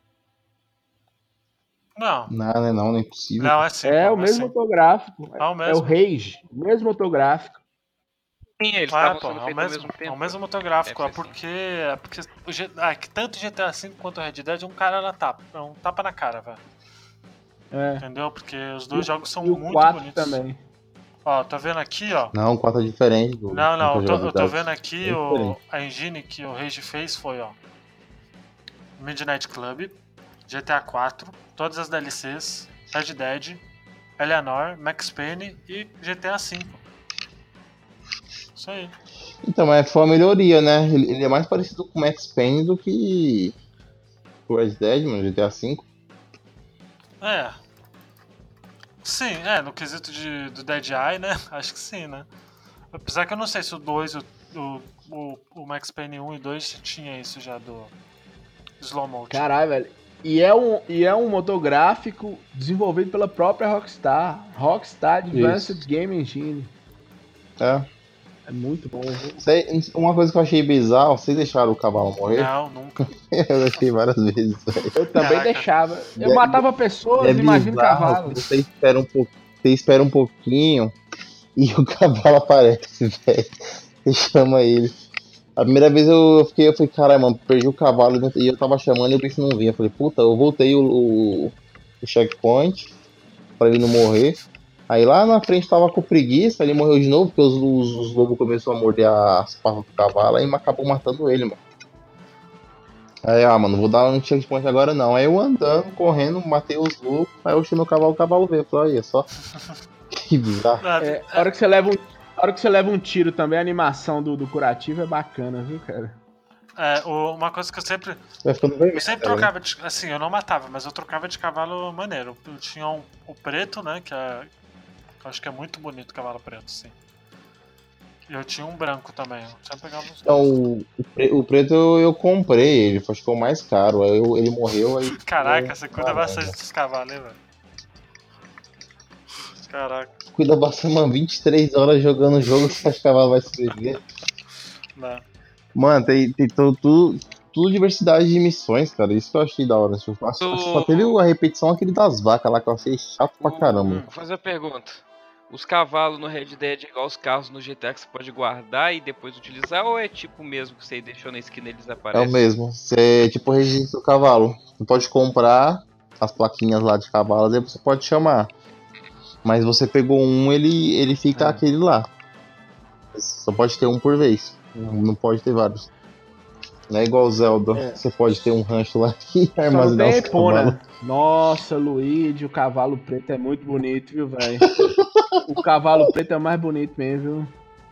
[SPEAKER 2] Não,
[SPEAKER 5] Não, não é não, não é impossível.
[SPEAKER 2] não, é sim.
[SPEAKER 3] É
[SPEAKER 2] pô,
[SPEAKER 3] o mesmo
[SPEAKER 2] sim.
[SPEAKER 3] motor gráfico.
[SPEAKER 2] É o
[SPEAKER 3] É o
[SPEAKER 2] mesmo.
[SPEAKER 3] Rage. O mesmo motor gráfico.
[SPEAKER 4] Sim, eles
[SPEAKER 2] Ah,
[SPEAKER 4] estavam
[SPEAKER 2] pô,
[SPEAKER 4] sendo
[SPEAKER 2] é o
[SPEAKER 4] feitos ao
[SPEAKER 2] mesmo,
[SPEAKER 4] mesmo
[SPEAKER 2] é
[SPEAKER 4] tempo.
[SPEAKER 2] o mesmo motor gráfico, é
[SPEAKER 4] Deve ser
[SPEAKER 2] porque, é porque o G, ah, que tanto o G T A V quanto o Red Dead um cara na tapa, é um tapa na cara, velho.
[SPEAKER 3] É.
[SPEAKER 2] Entendeu? Porque os
[SPEAKER 3] E
[SPEAKER 2] dois
[SPEAKER 3] o-
[SPEAKER 2] jogos são
[SPEAKER 3] e o
[SPEAKER 2] muito
[SPEAKER 3] quatro
[SPEAKER 2] bonitos.
[SPEAKER 3] também.
[SPEAKER 2] Ó, tá vendo aqui, ó?
[SPEAKER 5] Não, o quatro é diferente do
[SPEAKER 2] Não, não, eu
[SPEAKER 5] do
[SPEAKER 2] tô, eu tô
[SPEAKER 5] jogabilidade.
[SPEAKER 2] vendo aqui
[SPEAKER 5] É
[SPEAKER 2] o,
[SPEAKER 5] diferente.
[SPEAKER 2] a engine que o Rage fez foi, ó. Midnight Club, G T A quatro, todas as D L Cs, Red Dead, Eleanor, Max Payne e G T A V. Isso aí.
[SPEAKER 5] Então, mas foi uma melhoria, né? Ele, ele é mais parecido com o Max Payne do que o Red Dead, mano, G T A V.
[SPEAKER 2] É. Sim, é, no quesito de, do Dead Eye, né? Acho que sim, né? Apesar que eu não sei se o dois, o, o, o, o Max Payne um e dois tinha isso já do slow motion.
[SPEAKER 3] Caralho, velho. E é, um, e é um motor gráfico desenvolvido pela própria Rockstar. Rockstar Advanced Game Engine.
[SPEAKER 5] É.
[SPEAKER 3] É muito bom, viu?
[SPEAKER 5] Sei- uma coisa que eu achei bizarro, vocês deixaram o cavalo morrer?
[SPEAKER 2] Não, nunca.
[SPEAKER 5] Eu deixei várias vezes, velho.
[SPEAKER 3] Eu também
[SPEAKER 2] Caraca.
[SPEAKER 3] deixava. Eu
[SPEAKER 5] É-
[SPEAKER 3] matava pessoas,
[SPEAKER 5] É
[SPEAKER 3] imagina
[SPEAKER 5] bizarro que
[SPEAKER 3] cavalos.
[SPEAKER 5] você espera um pouco, você espera um pouquinho e o cavalo aparece, velho. Você chama ele. A primeira vez eu fiquei, eu falei, caralho, mano, perdi o cavalo e não- e eu tava chamando e o bicho não vinha. Eu falei, puta, eu voltei o, o, o checkpoint pra ele não morrer. Aí lá na frente tava com preguiça, ele morreu de novo, porque os, os, os lobos começaram a morder as patas do cavalo, aí acabou matando ele, mano. Aí, ah, mano, não vou dar um checkpoint agora não. Aí eu andando, correndo, matei os lobos, aí eu chamei o cavalo, o cavalo veio. Eu falei, aí, é só. Que bizarro.
[SPEAKER 2] Ah,
[SPEAKER 3] É, a hora que você leva um, a hora que você leva um tiro também, a animação do, do curativo é bacana, viu, cara?
[SPEAKER 2] É, o- uma coisa que eu sempre.
[SPEAKER 5] Vai ficando vermelho.
[SPEAKER 2] Eu sempre
[SPEAKER 5] tá vendo?
[SPEAKER 2] trocava de. Assim, eu não matava, mas eu trocava de cavalo maneiro. Eu tinha um, o preto, né? Que é. Que eu acho que é muito bonito o cavalo preto, sim. E eu tinha um branco também. Eu sempre pegava os
[SPEAKER 5] Então,
[SPEAKER 2] dois.
[SPEAKER 5] o, o pre- o preto eu, eu comprei ele, acho que foi o mais caro. Aí eu- ele morreu, aí.
[SPEAKER 2] Caraca,
[SPEAKER 5] eu-
[SPEAKER 2] você cuida
[SPEAKER 5] caramba.
[SPEAKER 2] bastante dos cavalos, hein, velho? Caraca,
[SPEAKER 5] Cuida bastante, mano, vinte e três horas jogando o jogo, você acha que o cavalo vai sobreviver?
[SPEAKER 2] né?
[SPEAKER 5] Mano, tem, tem tudo, tudo, tudo diversidade de missões, cara. Isso que eu achei da hora. Acho que Só, só teve a repetição aquele das vacas lá que eu achei chato pra caramba.
[SPEAKER 2] Hum.
[SPEAKER 4] Vou fazer uma pergunta. Os cavalos no Red Dead é igual os carros no G T A que você pode guardar e depois utilizar, ou é tipo o mesmo que você deixou na esquina e eles
[SPEAKER 5] É
[SPEAKER 4] aparecem?
[SPEAKER 5] o mesmo. Você, tipo, registra o cavalo. Você pode comprar as plaquinhas lá de cavalos e você pode chamar. Mas você pegou um, ele, ele fica
[SPEAKER 3] É.
[SPEAKER 5] aquele lá. Só pode ter um por vez. Não pode ter vários. Não é igual Zelda.
[SPEAKER 3] É.
[SPEAKER 5] Você pode ter um rancho lá e
[SPEAKER 3] Só não
[SPEAKER 5] armazenar
[SPEAKER 3] tem
[SPEAKER 5] os cavalos.
[SPEAKER 3] Epona. Nossa, Luigi, o cavalo preto é muito bonito, viu, velho? O cavalo preto é o mais bonito mesmo, viu?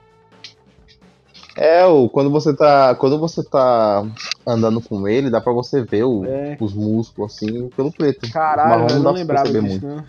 [SPEAKER 5] É, o, quando você tá. Quando você tá andando com ele, dá pra você ver o-
[SPEAKER 3] É.
[SPEAKER 5] os músculos assim pelo preto.
[SPEAKER 3] Caralho,
[SPEAKER 5] Marrom
[SPEAKER 3] eu
[SPEAKER 5] não
[SPEAKER 3] não
[SPEAKER 5] dá pra
[SPEAKER 3] lembrava
[SPEAKER 5] perceber
[SPEAKER 3] disso,
[SPEAKER 5] muito.
[SPEAKER 3] não.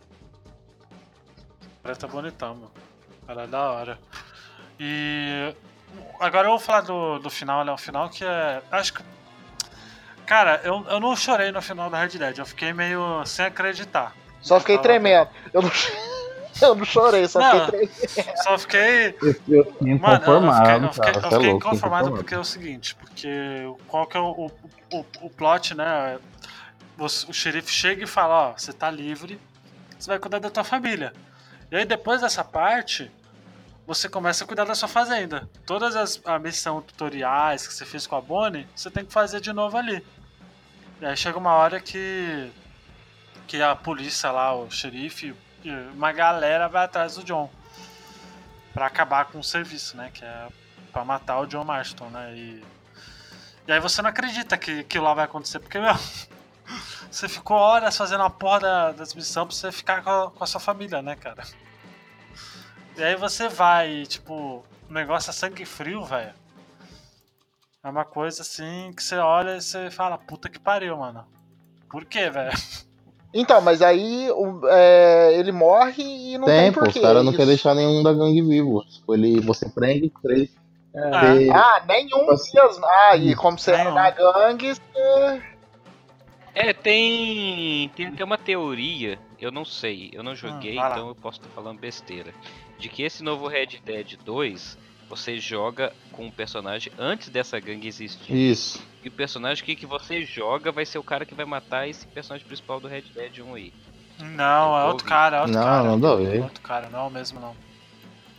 [SPEAKER 2] Parece tá bonitão, mano. Ela é da hora. E. Agora eu vou falar do, do final, né? O final que é. Acho que. Cara, eu, eu não chorei no final da Red Dead. Eu fiquei meio sem acreditar.
[SPEAKER 6] Só fiquei
[SPEAKER 2] Fala-
[SPEAKER 6] tremendo. Eu não, eu não chorei, só
[SPEAKER 2] Não.
[SPEAKER 6] fiquei tremendo.
[SPEAKER 2] Só fiquei.
[SPEAKER 5] Eu, eu fiquei
[SPEAKER 2] Mano, eu- eu
[SPEAKER 5] inconformado,
[SPEAKER 2] fiquei, eu fiquei,
[SPEAKER 5] cara.
[SPEAKER 2] eu
[SPEAKER 5] Você é
[SPEAKER 2] fiquei
[SPEAKER 5] louco,
[SPEAKER 2] inconformado
[SPEAKER 5] inconformado.
[SPEAKER 2] porque é o seguinte, porque qual que é o, o, o, o plot, né? Você- o xerife chega e fala, ó, você tá livre, você vai cuidar da tua família. E aí depois dessa parte, você começa a cuidar da sua fazenda. Todas as a missão tutoriais que você fez com a Bonnie, você tem que fazer de novo ali. E aí chega uma hora que que a polícia lá, o xerife, e uma galera vai atrás do John pra acabar com o serviço, né? Que é pra matar o John Marston, né? E, e aí você não acredita que aquilo lá vai acontecer, porque, meu, você ficou horas fazendo a porra da, das missões pra você ficar com a, com a sua família, né, cara? E aí você vai e, tipo, o negócio é sangue frio, velho. É uma coisa assim que você olha e você fala, puta que pariu, mano. Por quê, velho?
[SPEAKER 6] Então, mas aí o- é, ele morre e não tem,
[SPEAKER 5] Tem, pô, os
[SPEAKER 6] porquê.
[SPEAKER 5] caras não
[SPEAKER 6] isso.
[SPEAKER 5] querem deixar nenhum da gangue vivo. Tipo, ele, você prende três.
[SPEAKER 2] Ah,
[SPEAKER 5] você-
[SPEAKER 6] Ah, nenhum mesmo. Ah, e como você é
[SPEAKER 2] Nenhum.
[SPEAKER 6] da gangue, você...
[SPEAKER 4] É, tem. Tem até uma teoria, eu não sei, eu não joguei,
[SPEAKER 2] vai lá.
[SPEAKER 4] então eu posso estar falando besteira. De que esse novo Red Dead dois, você joga com um personagem antes dessa gangue existir.
[SPEAKER 5] Isso.
[SPEAKER 4] E o personagem que, que você joga vai ser o cara que vai matar esse personagem principal do Red Dead um aí.
[SPEAKER 2] Não, é
[SPEAKER 4] Eu
[SPEAKER 2] outro
[SPEAKER 4] ouvi.
[SPEAKER 2] cara, é outro
[SPEAKER 5] Não,
[SPEAKER 2] cara.
[SPEAKER 5] não dá a ver.
[SPEAKER 2] Outro cara, não é o mesmo não.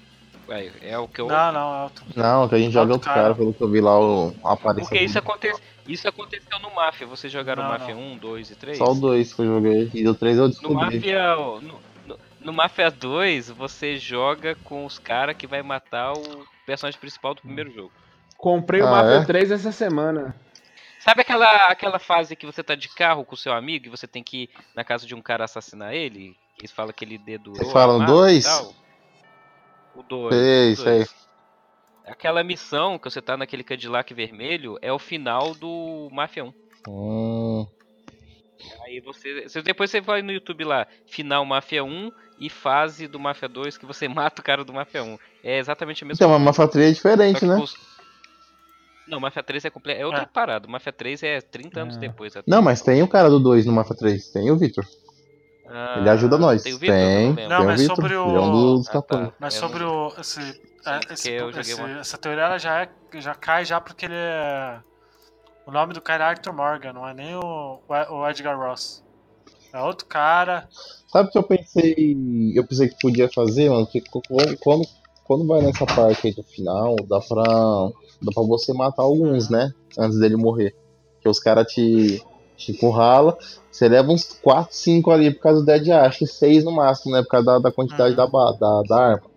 [SPEAKER 4] Ué, é o que eu.
[SPEAKER 2] Não, não, é outro.
[SPEAKER 5] Não, que a gente joga outro cara, pelo que eu vi lá, o, a aparição.
[SPEAKER 4] Porque isso,
[SPEAKER 5] dele.
[SPEAKER 4] aconte... isso aconteceu no Mafia. Vocês jogaram
[SPEAKER 2] Não,
[SPEAKER 4] Mafia
[SPEAKER 2] não.
[SPEAKER 4] um, dois e três?
[SPEAKER 5] Só o dois que eu joguei. E o três eu
[SPEAKER 4] No
[SPEAKER 5] descobri.
[SPEAKER 4] Mafia. No, no, no Mafia dois, você joga com os caras que vai matar o personagem principal do primeiro jogo.
[SPEAKER 3] Comprei o
[SPEAKER 5] Ah,
[SPEAKER 3] Mafia
[SPEAKER 5] é?
[SPEAKER 3] três essa semana.
[SPEAKER 4] Sabe aquela, aquela fase que você tá de carro com o seu amigo e você tem que ir na casa de um cara assassinar ele? Eles falam que ele dedurou.
[SPEAKER 5] Vocês falam
[SPEAKER 4] a arma
[SPEAKER 5] dois?
[SPEAKER 4] e tal? O dois.
[SPEAKER 5] Sei,
[SPEAKER 4] o
[SPEAKER 5] sei.
[SPEAKER 4] dois. Aquela missão que você tá naquele Cadillac vermelho é o final do Mafia um.
[SPEAKER 5] Hum,
[SPEAKER 4] Aí você, você- depois você vai no YouTube lá, final Mafia um e fase do Mafia dois que você mata o cara do Mafia um. É exatamente a mesma
[SPEAKER 5] então, mas
[SPEAKER 4] coisa.
[SPEAKER 5] uma fatria é
[SPEAKER 4] Só
[SPEAKER 5] diferente,
[SPEAKER 4] que
[SPEAKER 5] né?
[SPEAKER 4] os- Não, Mafia três é comple... é outra
[SPEAKER 2] É.
[SPEAKER 4] parada. Mafia três é trinta anos
[SPEAKER 3] Ah.
[SPEAKER 4] depois. até.
[SPEAKER 5] Não, mas tem o cara do dois no Mafia três. Tem o Victor.
[SPEAKER 4] Ah,
[SPEAKER 5] Ele ajuda nós.
[SPEAKER 4] Tem o Victor? Eu
[SPEAKER 5] Tem.
[SPEAKER 4] não lembro.
[SPEAKER 2] Não,
[SPEAKER 5] Tem o
[SPEAKER 2] mas
[SPEAKER 5] Victor.
[SPEAKER 2] sobre o-
[SPEAKER 5] Ele é um dos
[SPEAKER 4] Ah,
[SPEAKER 5] capanga.
[SPEAKER 4] tá.
[SPEAKER 2] Mas
[SPEAKER 4] Eu
[SPEAKER 2] sobre
[SPEAKER 4] não-
[SPEAKER 2] o. Esse, é,
[SPEAKER 4] porque
[SPEAKER 2] esse-
[SPEAKER 4] eu joguei
[SPEAKER 2] esse-
[SPEAKER 4] uma-
[SPEAKER 2] essa teoria ela já, é, já cai já porque ele é. O nome do cara é Arthur Morgan, não é nem o, o Edgar Ross. É outro cara.
[SPEAKER 5] Sabe o que eu pensei? Eu pensei que podia fazer, mano? Que co- quando, quando vai nessa parte aí do final, dá pra, dá pra você matar alguns, né? Antes dele morrer. Que os caras te, te encurrala. Você leva uns quatro, cinco ali por causa do Dead Eye. Acho que seis no máximo, né? Por causa da, da quantidade
[SPEAKER 2] Uhum.
[SPEAKER 5] da, ba- da, da arma.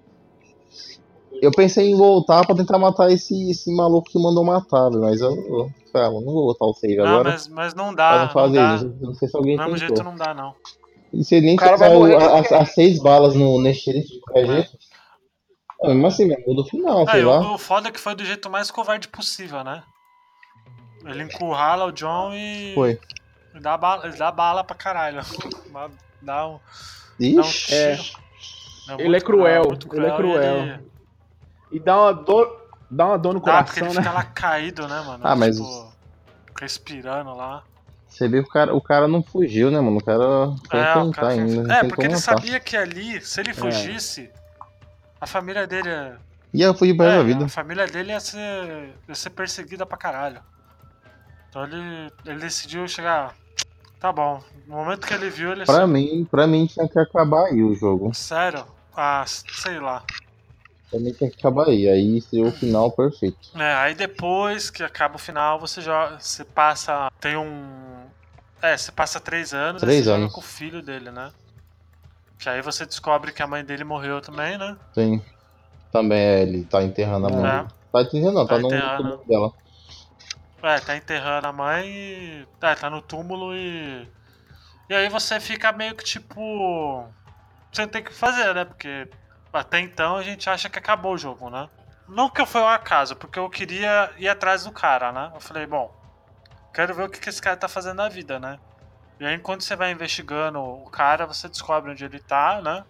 [SPEAKER 5] Eu pensei em voltar pra tentar matar esse, esse maluco que mandou matar, velho. Mas eu, eu falei, ah, mano, não vou voltar o save
[SPEAKER 2] Não,
[SPEAKER 5] agora.
[SPEAKER 2] mas, mas não
[SPEAKER 5] Pra
[SPEAKER 2] dá.
[SPEAKER 5] não
[SPEAKER 2] Não
[SPEAKER 5] fazer
[SPEAKER 2] dá.
[SPEAKER 5] isso.
[SPEAKER 2] Do
[SPEAKER 5] Não sei se alguém
[SPEAKER 2] mesmo
[SPEAKER 5] tentou.
[SPEAKER 2] jeito não dá, não.
[SPEAKER 5] E você nem
[SPEAKER 6] O cara
[SPEAKER 5] tinha
[SPEAKER 6] vai morrer de
[SPEAKER 5] as,
[SPEAKER 6] qualquer
[SPEAKER 5] as seis balas no, nesse xerife de qualquer
[SPEAKER 2] É.
[SPEAKER 5] jeito. Não, mesmo assim, mesmo do final,
[SPEAKER 2] Ah,
[SPEAKER 5] sei
[SPEAKER 2] e
[SPEAKER 5] lá.
[SPEAKER 2] o, o foda é que foi do jeito mais covarde possível, né? Ele encurrala o John e.
[SPEAKER 5] Foi.
[SPEAKER 2] e dá bala, ele dá bala pra caralho. Dá- Dá um, dá um
[SPEAKER 5] Ixi.
[SPEAKER 3] É.
[SPEAKER 2] tiro.
[SPEAKER 3] Ele é
[SPEAKER 2] muito
[SPEAKER 3] cruel,
[SPEAKER 2] muito
[SPEAKER 3] ele é
[SPEAKER 2] e
[SPEAKER 3] cruel.
[SPEAKER 2] ele-
[SPEAKER 3] E dá uma dor, dá uma dor no
[SPEAKER 2] Dá, porque
[SPEAKER 3] coração,
[SPEAKER 2] ele
[SPEAKER 3] né?
[SPEAKER 2] fica lá caído, né, mano?
[SPEAKER 5] Ah, mas-
[SPEAKER 2] Tipo, respirando lá.
[SPEAKER 5] Você vê que o cara, o cara não fugiu, né, mano? O cara quer
[SPEAKER 2] É, o
[SPEAKER 5] enfrentar
[SPEAKER 2] cara
[SPEAKER 5] ainda.
[SPEAKER 2] foi-
[SPEAKER 5] não
[SPEAKER 2] é
[SPEAKER 5] tem
[SPEAKER 2] porque
[SPEAKER 5] como
[SPEAKER 2] ele
[SPEAKER 5] matar.
[SPEAKER 2] sabia que ali, se ele fugisse, a família dele ia.
[SPEAKER 5] Ia fugir pra
[SPEAKER 2] é,
[SPEAKER 5] da vida.
[SPEAKER 2] a família dele ia ser, ia ser perseguida pra caralho. Então ele, ele decidiu chegar. Tá bom. No momento que ele viu, ele.
[SPEAKER 5] Pra mim, pra mim tinha que acabar aí o jogo.
[SPEAKER 2] Sério? Ah, sei lá.
[SPEAKER 5] Pra mim tinha que acabar aí. Aí seria o final perfeito.
[SPEAKER 2] É, aí depois que acaba o final, você joga. Você passa. Tem um. É, você passa três anos
[SPEAKER 5] Três
[SPEAKER 2] e você
[SPEAKER 5] anos.
[SPEAKER 2] joga com o filho dele, né? Que aí você descobre que a mãe dele morreu também, né?
[SPEAKER 5] Sim. Também é, ele tá enterrando a
[SPEAKER 3] É.
[SPEAKER 5] mãe. Tá enterrando, não, tá,
[SPEAKER 2] Tá
[SPEAKER 5] no
[SPEAKER 2] enterrando.
[SPEAKER 5] túmulo dela.
[SPEAKER 2] É, tá enterrando a mãe e. É, tá no túmulo e. E aí você fica meio que tipo. Você não tem o que fazer, né? Porque até então a gente acha que acabou o jogo, né? Não que foi um acaso, porque eu queria ir atrás do cara, né? Eu falei, bom, quero ver o que que esse cara tá fazendo na vida, né? E aí enquanto você vai investigando o cara, você descobre onde ele tá, né?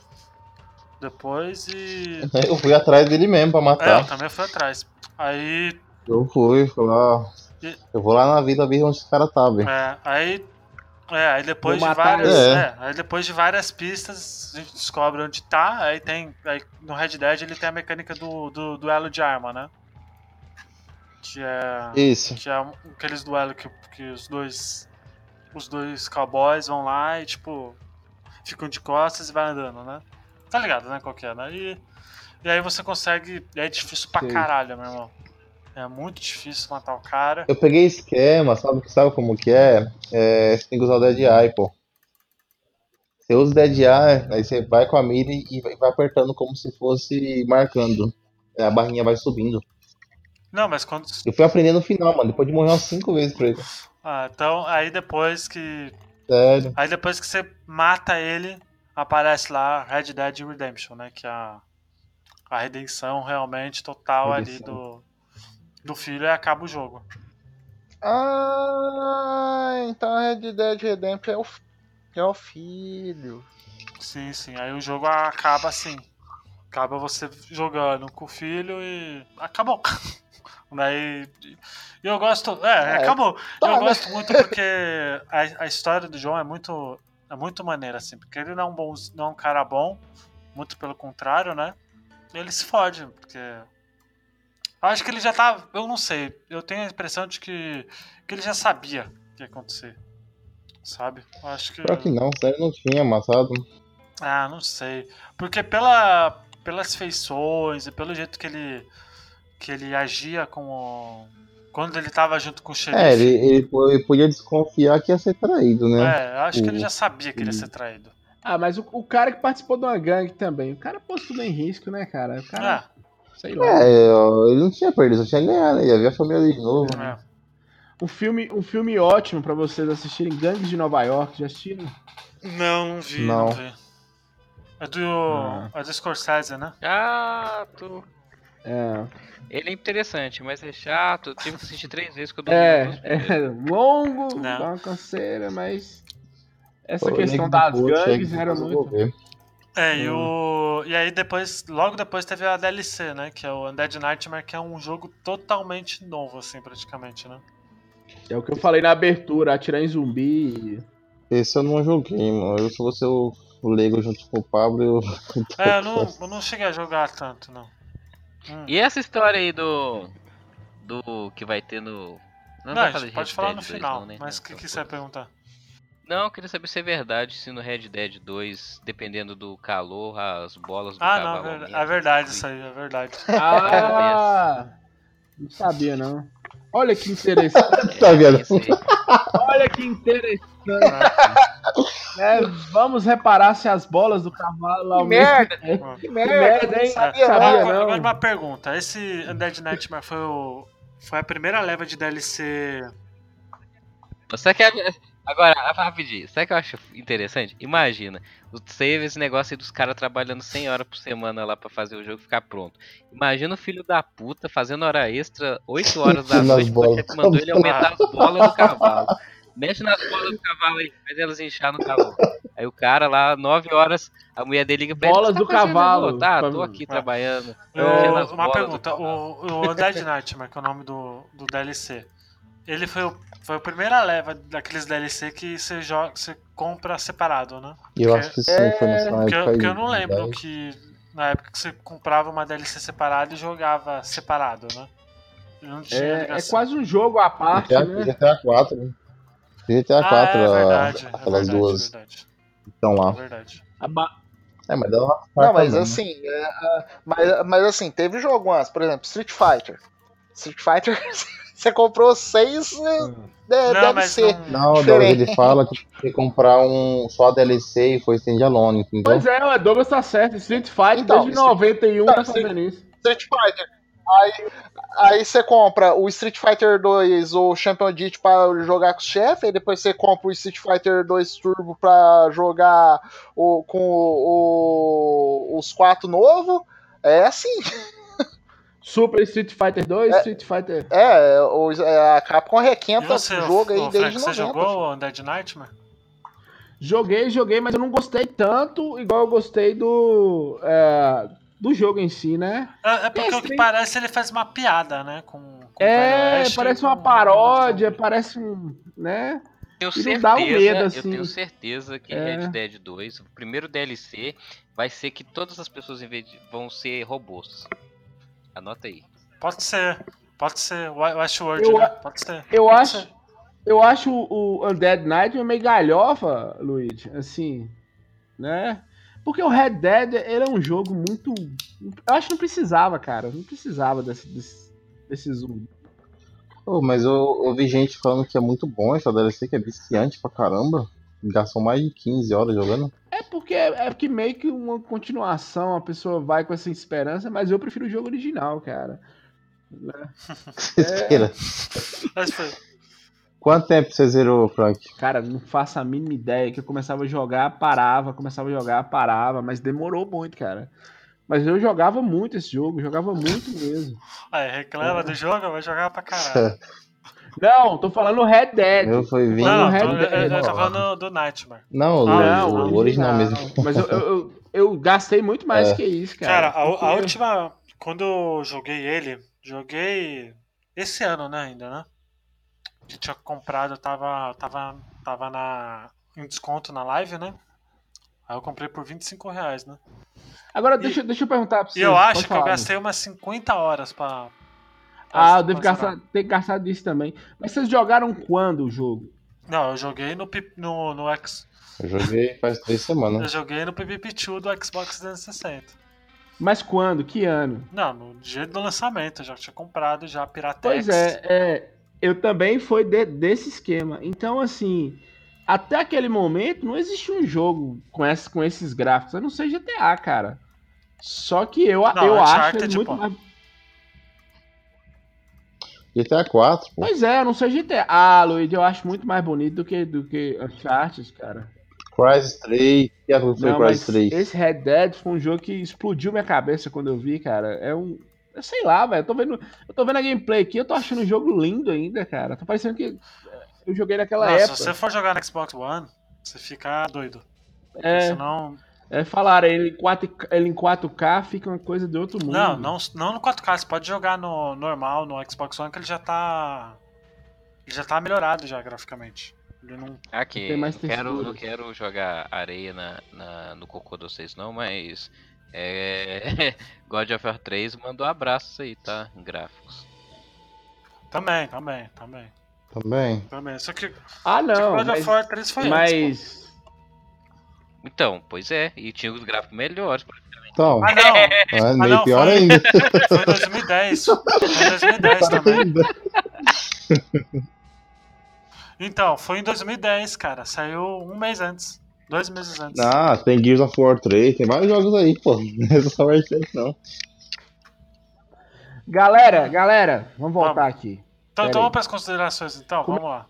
[SPEAKER 2] Depois e.
[SPEAKER 5] Eu fui atrás dele mesmo pra
[SPEAKER 2] É, eu
[SPEAKER 5] matar.
[SPEAKER 2] também fui atrás. Aí.
[SPEAKER 5] Eu fui, fui lá.
[SPEAKER 2] E-
[SPEAKER 5] Eu vou lá na vida ver onde esse cara tá, velho.
[SPEAKER 2] É, aí. É, aí depois
[SPEAKER 3] Vou
[SPEAKER 2] de
[SPEAKER 3] matar
[SPEAKER 2] várias.
[SPEAKER 5] ele.
[SPEAKER 2] É, aí depois de várias pistas, a gente descobre onde tá. Aí tem. Aí no Red Dead ele tem a mecânica do, do duelo de arma, né? Que é.
[SPEAKER 5] Isso.
[SPEAKER 2] Que é um- aqueles duelos que, que os dois. Os dois cowboys vão lá e tipo. Ficam de costas e vai andando, né? Tá ligado, né? Qual que é, né? E, e aí você consegue. E é difícil pra
[SPEAKER 3] Sei.
[SPEAKER 2] caralho, meu irmão. É muito difícil matar o cara.
[SPEAKER 5] Eu peguei esquema, sabe, sabe como que é? É, você tem que usar o Dead Eye, pô. Você usa o Dead Eye, aí você vai com a mira e vai vai apertando como se fosse marcando. É, a barrinha vai subindo.
[SPEAKER 2] Não, mas quando.
[SPEAKER 5] Eu fui aprendendo no final, mano. Depois de morrer umas cinco vezes pra ele.
[SPEAKER 2] Ah, então aí depois que.
[SPEAKER 5] Sério.
[SPEAKER 2] Aí depois que você mata ele, aparece lá Red Dead Redemption, né? Que é a, a redenção realmente total ali
[SPEAKER 5] Redenção.
[SPEAKER 2] do, do filho e acaba o jogo.
[SPEAKER 6] Ah, então Red Dead Redemption é o, f- é o filho.
[SPEAKER 2] Sim, sim. Aí o jogo acaba assim. Acaba você jogando com o filho e. Acabou. Daí. E eu gosto. É,
[SPEAKER 6] É,
[SPEAKER 2] acabou.
[SPEAKER 6] tá,
[SPEAKER 2] eu
[SPEAKER 6] né?
[SPEAKER 2] gosto muito porque a, a história do João é muito. É muito maneira, assim. Porque ele não é um, bom, não é um cara bom. Muito pelo contrário, né? Ele se fode, porque. Eu acho que ele já tá. Eu não sei. Eu tenho a impressão de que, que ele já sabia o que ia acontecer. Sabe? Eu acho que.
[SPEAKER 5] Pior que não, sério, não tinha matado.
[SPEAKER 2] Ah, não sei. Porque pela. pelas feições e pelo jeito que ele, que ele agia com o... quando ele tava junto com o xerife.
[SPEAKER 5] É, ele, ele po- ele podia desconfiar que ia ser traído, né?
[SPEAKER 2] É, eu acho que ele
[SPEAKER 5] O-
[SPEAKER 2] já sabia que ele ia ser traído.
[SPEAKER 3] Ah, mas o, o cara que participou de uma gangue também. O cara pôs tudo em risco, né, cara? O cara,
[SPEAKER 2] É,
[SPEAKER 3] sei lá.
[SPEAKER 5] É, ó, ele não tinha perdido, só tinha ganhado, né? Ia ver a família dele de novo.
[SPEAKER 2] é.
[SPEAKER 3] Um filme, um filme ótimo pra vocês assistirem, Gangues de Nova York. Já assistiram?
[SPEAKER 2] Não, não vi, não,
[SPEAKER 5] Não.
[SPEAKER 2] vi. É do,
[SPEAKER 3] Ah.
[SPEAKER 2] é do Scorsese, né?
[SPEAKER 4] Chato.
[SPEAKER 3] É.
[SPEAKER 4] Ele é interessante, mas é chato. Eu tive que assistir três vezes que eu dormi.
[SPEAKER 3] É, é longo,
[SPEAKER 2] Não.
[SPEAKER 3] dá uma canseira, mas essa
[SPEAKER 5] Pô,
[SPEAKER 3] questão
[SPEAKER 5] nego
[SPEAKER 3] das
[SPEAKER 5] do post,
[SPEAKER 3] gangues
[SPEAKER 5] chega,
[SPEAKER 3] era
[SPEAKER 5] depois eu
[SPEAKER 3] muito.
[SPEAKER 5] vou ver.
[SPEAKER 2] É, e, o, e aí depois, logo depois teve a D L C, né? Que é o Undead Nightmare, que é um jogo totalmente novo, assim, praticamente, né?
[SPEAKER 3] É o que eu falei na abertura, atirar em zumbi.
[SPEAKER 5] Esse eu não joguei, mano. Eu sou você o, o Lego junto com o Pablo e o.
[SPEAKER 2] É, eu não, eu não cheguei a jogar tanto, não. Hum.
[SPEAKER 4] E essa história aí do. Do que vai ter no.
[SPEAKER 2] Não,
[SPEAKER 4] vai
[SPEAKER 2] a
[SPEAKER 4] falar
[SPEAKER 2] gente
[SPEAKER 4] de
[SPEAKER 2] pode
[SPEAKER 4] Red
[SPEAKER 2] falar
[SPEAKER 4] Dead
[SPEAKER 2] no
[SPEAKER 4] dois
[SPEAKER 2] final,
[SPEAKER 4] não, né?
[SPEAKER 2] mas o
[SPEAKER 4] Não,
[SPEAKER 2] que,
[SPEAKER 4] então
[SPEAKER 2] que você vai
[SPEAKER 4] foda-se.
[SPEAKER 2] perguntar?
[SPEAKER 4] Não, eu queria saber se é verdade se no Red Dead dois, dependendo do calor, as bolas do
[SPEAKER 2] Ah, não, é
[SPEAKER 4] cavalo
[SPEAKER 2] verdade,
[SPEAKER 4] aumentam.
[SPEAKER 2] é verdade isso aí, é verdade.
[SPEAKER 3] Ah! Não sabia, não. Olha que interessante.
[SPEAKER 5] Tá vendo?
[SPEAKER 4] Isso aí.
[SPEAKER 3] Olha que interessante. É, vamos reparar se as bolas do cavalo
[SPEAKER 6] Que
[SPEAKER 3] aumentam.
[SPEAKER 6] merda!
[SPEAKER 3] É,
[SPEAKER 6] Que
[SPEAKER 3] que
[SPEAKER 6] merda!
[SPEAKER 3] merda, hein?
[SPEAKER 6] Sabia
[SPEAKER 3] Sabia
[SPEAKER 6] não.
[SPEAKER 2] Agora,
[SPEAKER 3] não.
[SPEAKER 2] agora uma pergunta, esse Undead Nightmare foi, o, foi a primeira leva de D L C...
[SPEAKER 4] Sabe que é- Agora, rapidinho, sabe o que eu acho interessante? Imagina, você vê esse negócio aí dos caras trabalhando cem horas por semana lá pra fazer o jogo ficar pronto. Imagina o filho da puta fazendo hora extra, oito horas da
[SPEAKER 5] Nas
[SPEAKER 4] noite, porque o
[SPEAKER 5] bolas.
[SPEAKER 4] chefe mandou ele aumentar as bolas do cavalo. Mexe nas bolas do cavalo aí, faz elas inchar no calor. Aí o cara lá, nove horas, a mulher dele liga pra ele.
[SPEAKER 3] Bolas
[SPEAKER 4] "O que você
[SPEAKER 3] do
[SPEAKER 4] tá fazendo,
[SPEAKER 3] cavalo."
[SPEAKER 4] amor?" Tá, tô
[SPEAKER 3] Pra-
[SPEAKER 4] aqui
[SPEAKER 2] Ah.
[SPEAKER 4] trabalhando.
[SPEAKER 2] Eu-
[SPEAKER 4] mexendo nas
[SPEAKER 2] uma
[SPEAKER 4] bolas do
[SPEAKER 2] pergunta,
[SPEAKER 4] cavalo.
[SPEAKER 2] o, o Undead Nightmare, que é o nome do, do D L C, ele foi, o, foi a primeira leva daqueles D L C que você, joga, você compra separado, né?
[SPEAKER 5] E eu
[SPEAKER 2] Porque-
[SPEAKER 5] acho que sim, foi nessa
[SPEAKER 2] Porque,
[SPEAKER 5] época aí.
[SPEAKER 2] porque eu não lembro
[SPEAKER 5] dez.
[SPEAKER 2] que na época que você comprava uma D L C separada e jogava separado, né? Não tinha
[SPEAKER 3] É, é
[SPEAKER 2] ligação.
[SPEAKER 3] quase um jogo à parte,
[SPEAKER 5] G T A,
[SPEAKER 3] né?
[SPEAKER 5] G T A quatro, né? G T A
[SPEAKER 2] Ah,
[SPEAKER 5] quatro,
[SPEAKER 2] é
[SPEAKER 5] a-
[SPEAKER 2] verdade, é
[SPEAKER 5] aquelas
[SPEAKER 2] verdade,
[SPEAKER 5] duas
[SPEAKER 2] é verdade,
[SPEAKER 5] estão
[SPEAKER 2] é
[SPEAKER 5] lá.
[SPEAKER 2] verdade.
[SPEAKER 3] A ba-
[SPEAKER 5] É, mas dá uma
[SPEAKER 6] Não, mas
[SPEAKER 5] também, né?
[SPEAKER 6] assim, é, é, mas, mas assim, teve jogo antes, por exemplo, Street Fighter. Street Fighter, você comprou seis é,
[SPEAKER 2] Não,
[SPEAKER 6] D L
[SPEAKER 2] mas
[SPEAKER 6] C.
[SPEAKER 2] não,
[SPEAKER 5] Não, Douglas,
[SPEAKER 6] Diferente.
[SPEAKER 5] ele fala que tem que comprar um só a D L C e foi standalone, entendeu?
[SPEAKER 3] Pois é, o Douglas tá certo. Street Fighter
[SPEAKER 6] Então,
[SPEAKER 3] desde
[SPEAKER 6] Street-
[SPEAKER 3] noventa e um tá
[SPEAKER 6] Não,
[SPEAKER 3] fazendo isso.
[SPEAKER 6] Street Fighter. Aí, aí você compra o Street Fighter dois ou Champion Edition pra jogar com o chefe, aí depois você compra o Street Fighter dois Turbo pra jogar o, com o- o- os quatro novos. É assim.
[SPEAKER 3] Super Street Fighter dois,
[SPEAKER 6] É.
[SPEAKER 3] Street Fighter.
[SPEAKER 6] É, o- é, a Capcom
[SPEAKER 2] E
[SPEAKER 6] requenta
[SPEAKER 2] você,
[SPEAKER 6] o jogo aí
[SPEAKER 2] ô,
[SPEAKER 6] desde
[SPEAKER 2] Frank, você
[SPEAKER 6] noventa.
[SPEAKER 2] jogou o Undead Nightmare?
[SPEAKER 3] Joguei, joguei, mas eu não gostei tanto igual eu gostei do, é, do jogo em si, né?
[SPEAKER 2] É, é porque
[SPEAKER 3] Esse
[SPEAKER 2] o que
[SPEAKER 3] tem-
[SPEAKER 2] parece ele faz uma piada, né? Com, com o Velho
[SPEAKER 3] É,
[SPEAKER 2] Oeste
[SPEAKER 3] parece
[SPEAKER 2] e
[SPEAKER 3] uma
[SPEAKER 2] com-
[SPEAKER 3] paródia, parece um, né?
[SPEAKER 4] Tenho
[SPEAKER 3] E não dá um
[SPEAKER 4] certeza,
[SPEAKER 3] medo,
[SPEAKER 4] eu
[SPEAKER 3] assim.
[SPEAKER 4] tenho certeza que
[SPEAKER 3] É.
[SPEAKER 4] Red Dead dois, o primeiro D L C, vai ser que todas as pessoas em vez de- vão ser robôs. Anota aí.
[SPEAKER 2] Pode ser, pode ser. Wi- Westworld,
[SPEAKER 3] Eu
[SPEAKER 2] né?
[SPEAKER 3] a-
[SPEAKER 2] Pode ser.
[SPEAKER 3] Eu
[SPEAKER 2] Pode
[SPEAKER 3] acho,
[SPEAKER 2] ser.
[SPEAKER 3] eu acho o Undead Nightmare meio galhofa, Luigi, assim, né? Porque o Red Dead, ele é um jogo muito... Eu acho que não precisava, cara, não precisava desse, desse, desse zumbi.
[SPEAKER 5] Pô, mas eu, eu vi gente falando que é muito bom essa D L C, que é viciante pra caramba. Gastou mais de quinze horas jogando.
[SPEAKER 3] É porque é porque meio que uma continuação, a pessoa vai com essa esperança, mas eu prefiro o jogo original, cara.
[SPEAKER 5] Desespera.
[SPEAKER 2] Mas foi.
[SPEAKER 5] Quanto tempo você zerou, Frank?
[SPEAKER 3] Cara, não faço a mínima ideia que eu começava a jogar, parava, começava a jogar, parava, mas demorou muito, cara. Mas eu jogava muito esse jogo, jogava muito mesmo.
[SPEAKER 2] Aí, reclama do jogo, vai jogar pra caralho.
[SPEAKER 3] Não, tô falando Red Dead.
[SPEAKER 5] Eu fui vinte.
[SPEAKER 3] Não,
[SPEAKER 2] Não,
[SPEAKER 3] Red
[SPEAKER 2] tô, eu, eu,
[SPEAKER 3] Dead.
[SPEAKER 2] eu tô falando do Nightmare.
[SPEAKER 5] Não, o,
[SPEAKER 2] Ah,
[SPEAKER 5] o
[SPEAKER 3] Não,
[SPEAKER 5] original mesmo.
[SPEAKER 3] Mas eu, eu, eu, eu gastei muito mais
[SPEAKER 5] É.
[SPEAKER 3] que isso, cara.
[SPEAKER 2] Cara, a,
[SPEAKER 3] porque-
[SPEAKER 2] a última. Quando eu joguei ele, joguei esse ano, né, ainda, né? Que tinha comprado, tava, tava, tava na, em desconto na live, né? Aí eu comprei por vinte e cinco reais, né?
[SPEAKER 3] Agora, deixa, deixa eu perguntar pra
[SPEAKER 2] E
[SPEAKER 3] você.
[SPEAKER 2] eu acho
[SPEAKER 3] pode
[SPEAKER 2] que eu
[SPEAKER 3] falar,
[SPEAKER 2] gastei umas cinquenta horas pra.
[SPEAKER 3] Ah,
[SPEAKER 2] pra-
[SPEAKER 3] eu devo
[SPEAKER 2] pra
[SPEAKER 3] gastar,
[SPEAKER 2] zerar.
[SPEAKER 3] ter gastado disso também. Mas vocês jogaram quando o jogo?
[SPEAKER 2] Não, eu joguei no, P- no, no X.
[SPEAKER 5] Eu joguei faz três
[SPEAKER 2] Eu
[SPEAKER 5] semanas.
[SPEAKER 2] joguei no P V P dois do Xbox trezentos e sessenta.
[SPEAKER 3] Mas quando? Que ano?
[SPEAKER 2] Não, no dia do lançamento, eu já tinha comprado já Piratex.
[SPEAKER 3] Pois é, é eu também fui de- desse esquema. Então, assim, até aquele momento não existia um jogo com, essa, com esses gráficos. A não ser G T A, cara. Só que eu,
[SPEAKER 2] Não,
[SPEAKER 3] eu acho
[SPEAKER 2] Uncharted,
[SPEAKER 3] ele muito
[SPEAKER 2] pô.
[SPEAKER 3] mais.
[SPEAKER 5] G T A quatro, pô.
[SPEAKER 3] Pois é, eu não sei G T A. Ah, Luigi, eu acho muito mais bonito do que, do que Uncharted, cara.
[SPEAKER 5] Crysis três. Que época foi
[SPEAKER 3] Não,
[SPEAKER 5] Crysis
[SPEAKER 3] mas
[SPEAKER 5] três?
[SPEAKER 3] esse Red Dead foi um jogo que explodiu minha cabeça quando eu vi, cara. É um. Eu sei lá, velho. Eu tô vendo, eu tô vendo a gameplay aqui, eu tô achando o jogo lindo ainda, cara. Tô parecendo que eu joguei naquela
[SPEAKER 2] Não, se
[SPEAKER 3] época.
[SPEAKER 2] você for jogar no Xbox One, você fica doido.
[SPEAKER 3] É,
[SPEAKER 2] Senão.
[SPEAKER 3] é falaram, ele em, quatro, ele em quatro K fica uma coisa de outro mundo.
[SPEAKER 2] Não, não, não no quatro K, você pode jogar no normal, no Xbox One, que ele já tá. Ele já tá melhorado já graficamente. Ele não.
[SPEAKER 4] Aqui,
[SPEAKER 3] Tem mais
[SPEAKER 4] não quero,
[SPEAKER 3] textura.
[SPEAKER 4] não quero jogar areia na, na- no cocô de vocês não, mas é, God of War três mandou abraços aí, tá? Em gráficos.
[SPEAKER 2] Também, também, também.
[SPEAKER 5] Também.
[SPEAKER 2] Também. Só que
[SPEAKER 3] Ah, não.
[SPEAKER 2] God
[SPEAKER 3] Mas,
[SPEAKER 2] of War três foi antes,
[SPEAKER 3] mas
[SPEAKER 4] Então, pois é, e tinha os gráficos melhores.
[SPEAKER 5] Então,
[SPEAKER 2] pô. Ah, não!
[SPEAKER 5] é meio
[SPEAKER 2] não,
[SPEAKER 5] pior
[SPEAKER 2] foi-
[SPEAKER 5] ainda.
[SPEAKER 2] Foi em dois mil e dez. Foi em dois mil e dez também. Então, foi em dois mil e dez, cara. Saiu um mês antes. Dois meses antes.
[SPEAKER 5] Ah, tem Gears of War três, tem vários jogos aí, pô. Não é só Red Dead, não.
[SPEAKER 3] Galera, galera, vamos voltar aqui.
[SPEAKER 2] Então,
[SPEAKER 3] Pera
[SPEAKER 2] então
[SPEAKER 3] aí.
[SPEAKER 2] vamos para as considerações, então.
[SPEAKER 3] Como-
[SPEAKER 2] Vamos lá.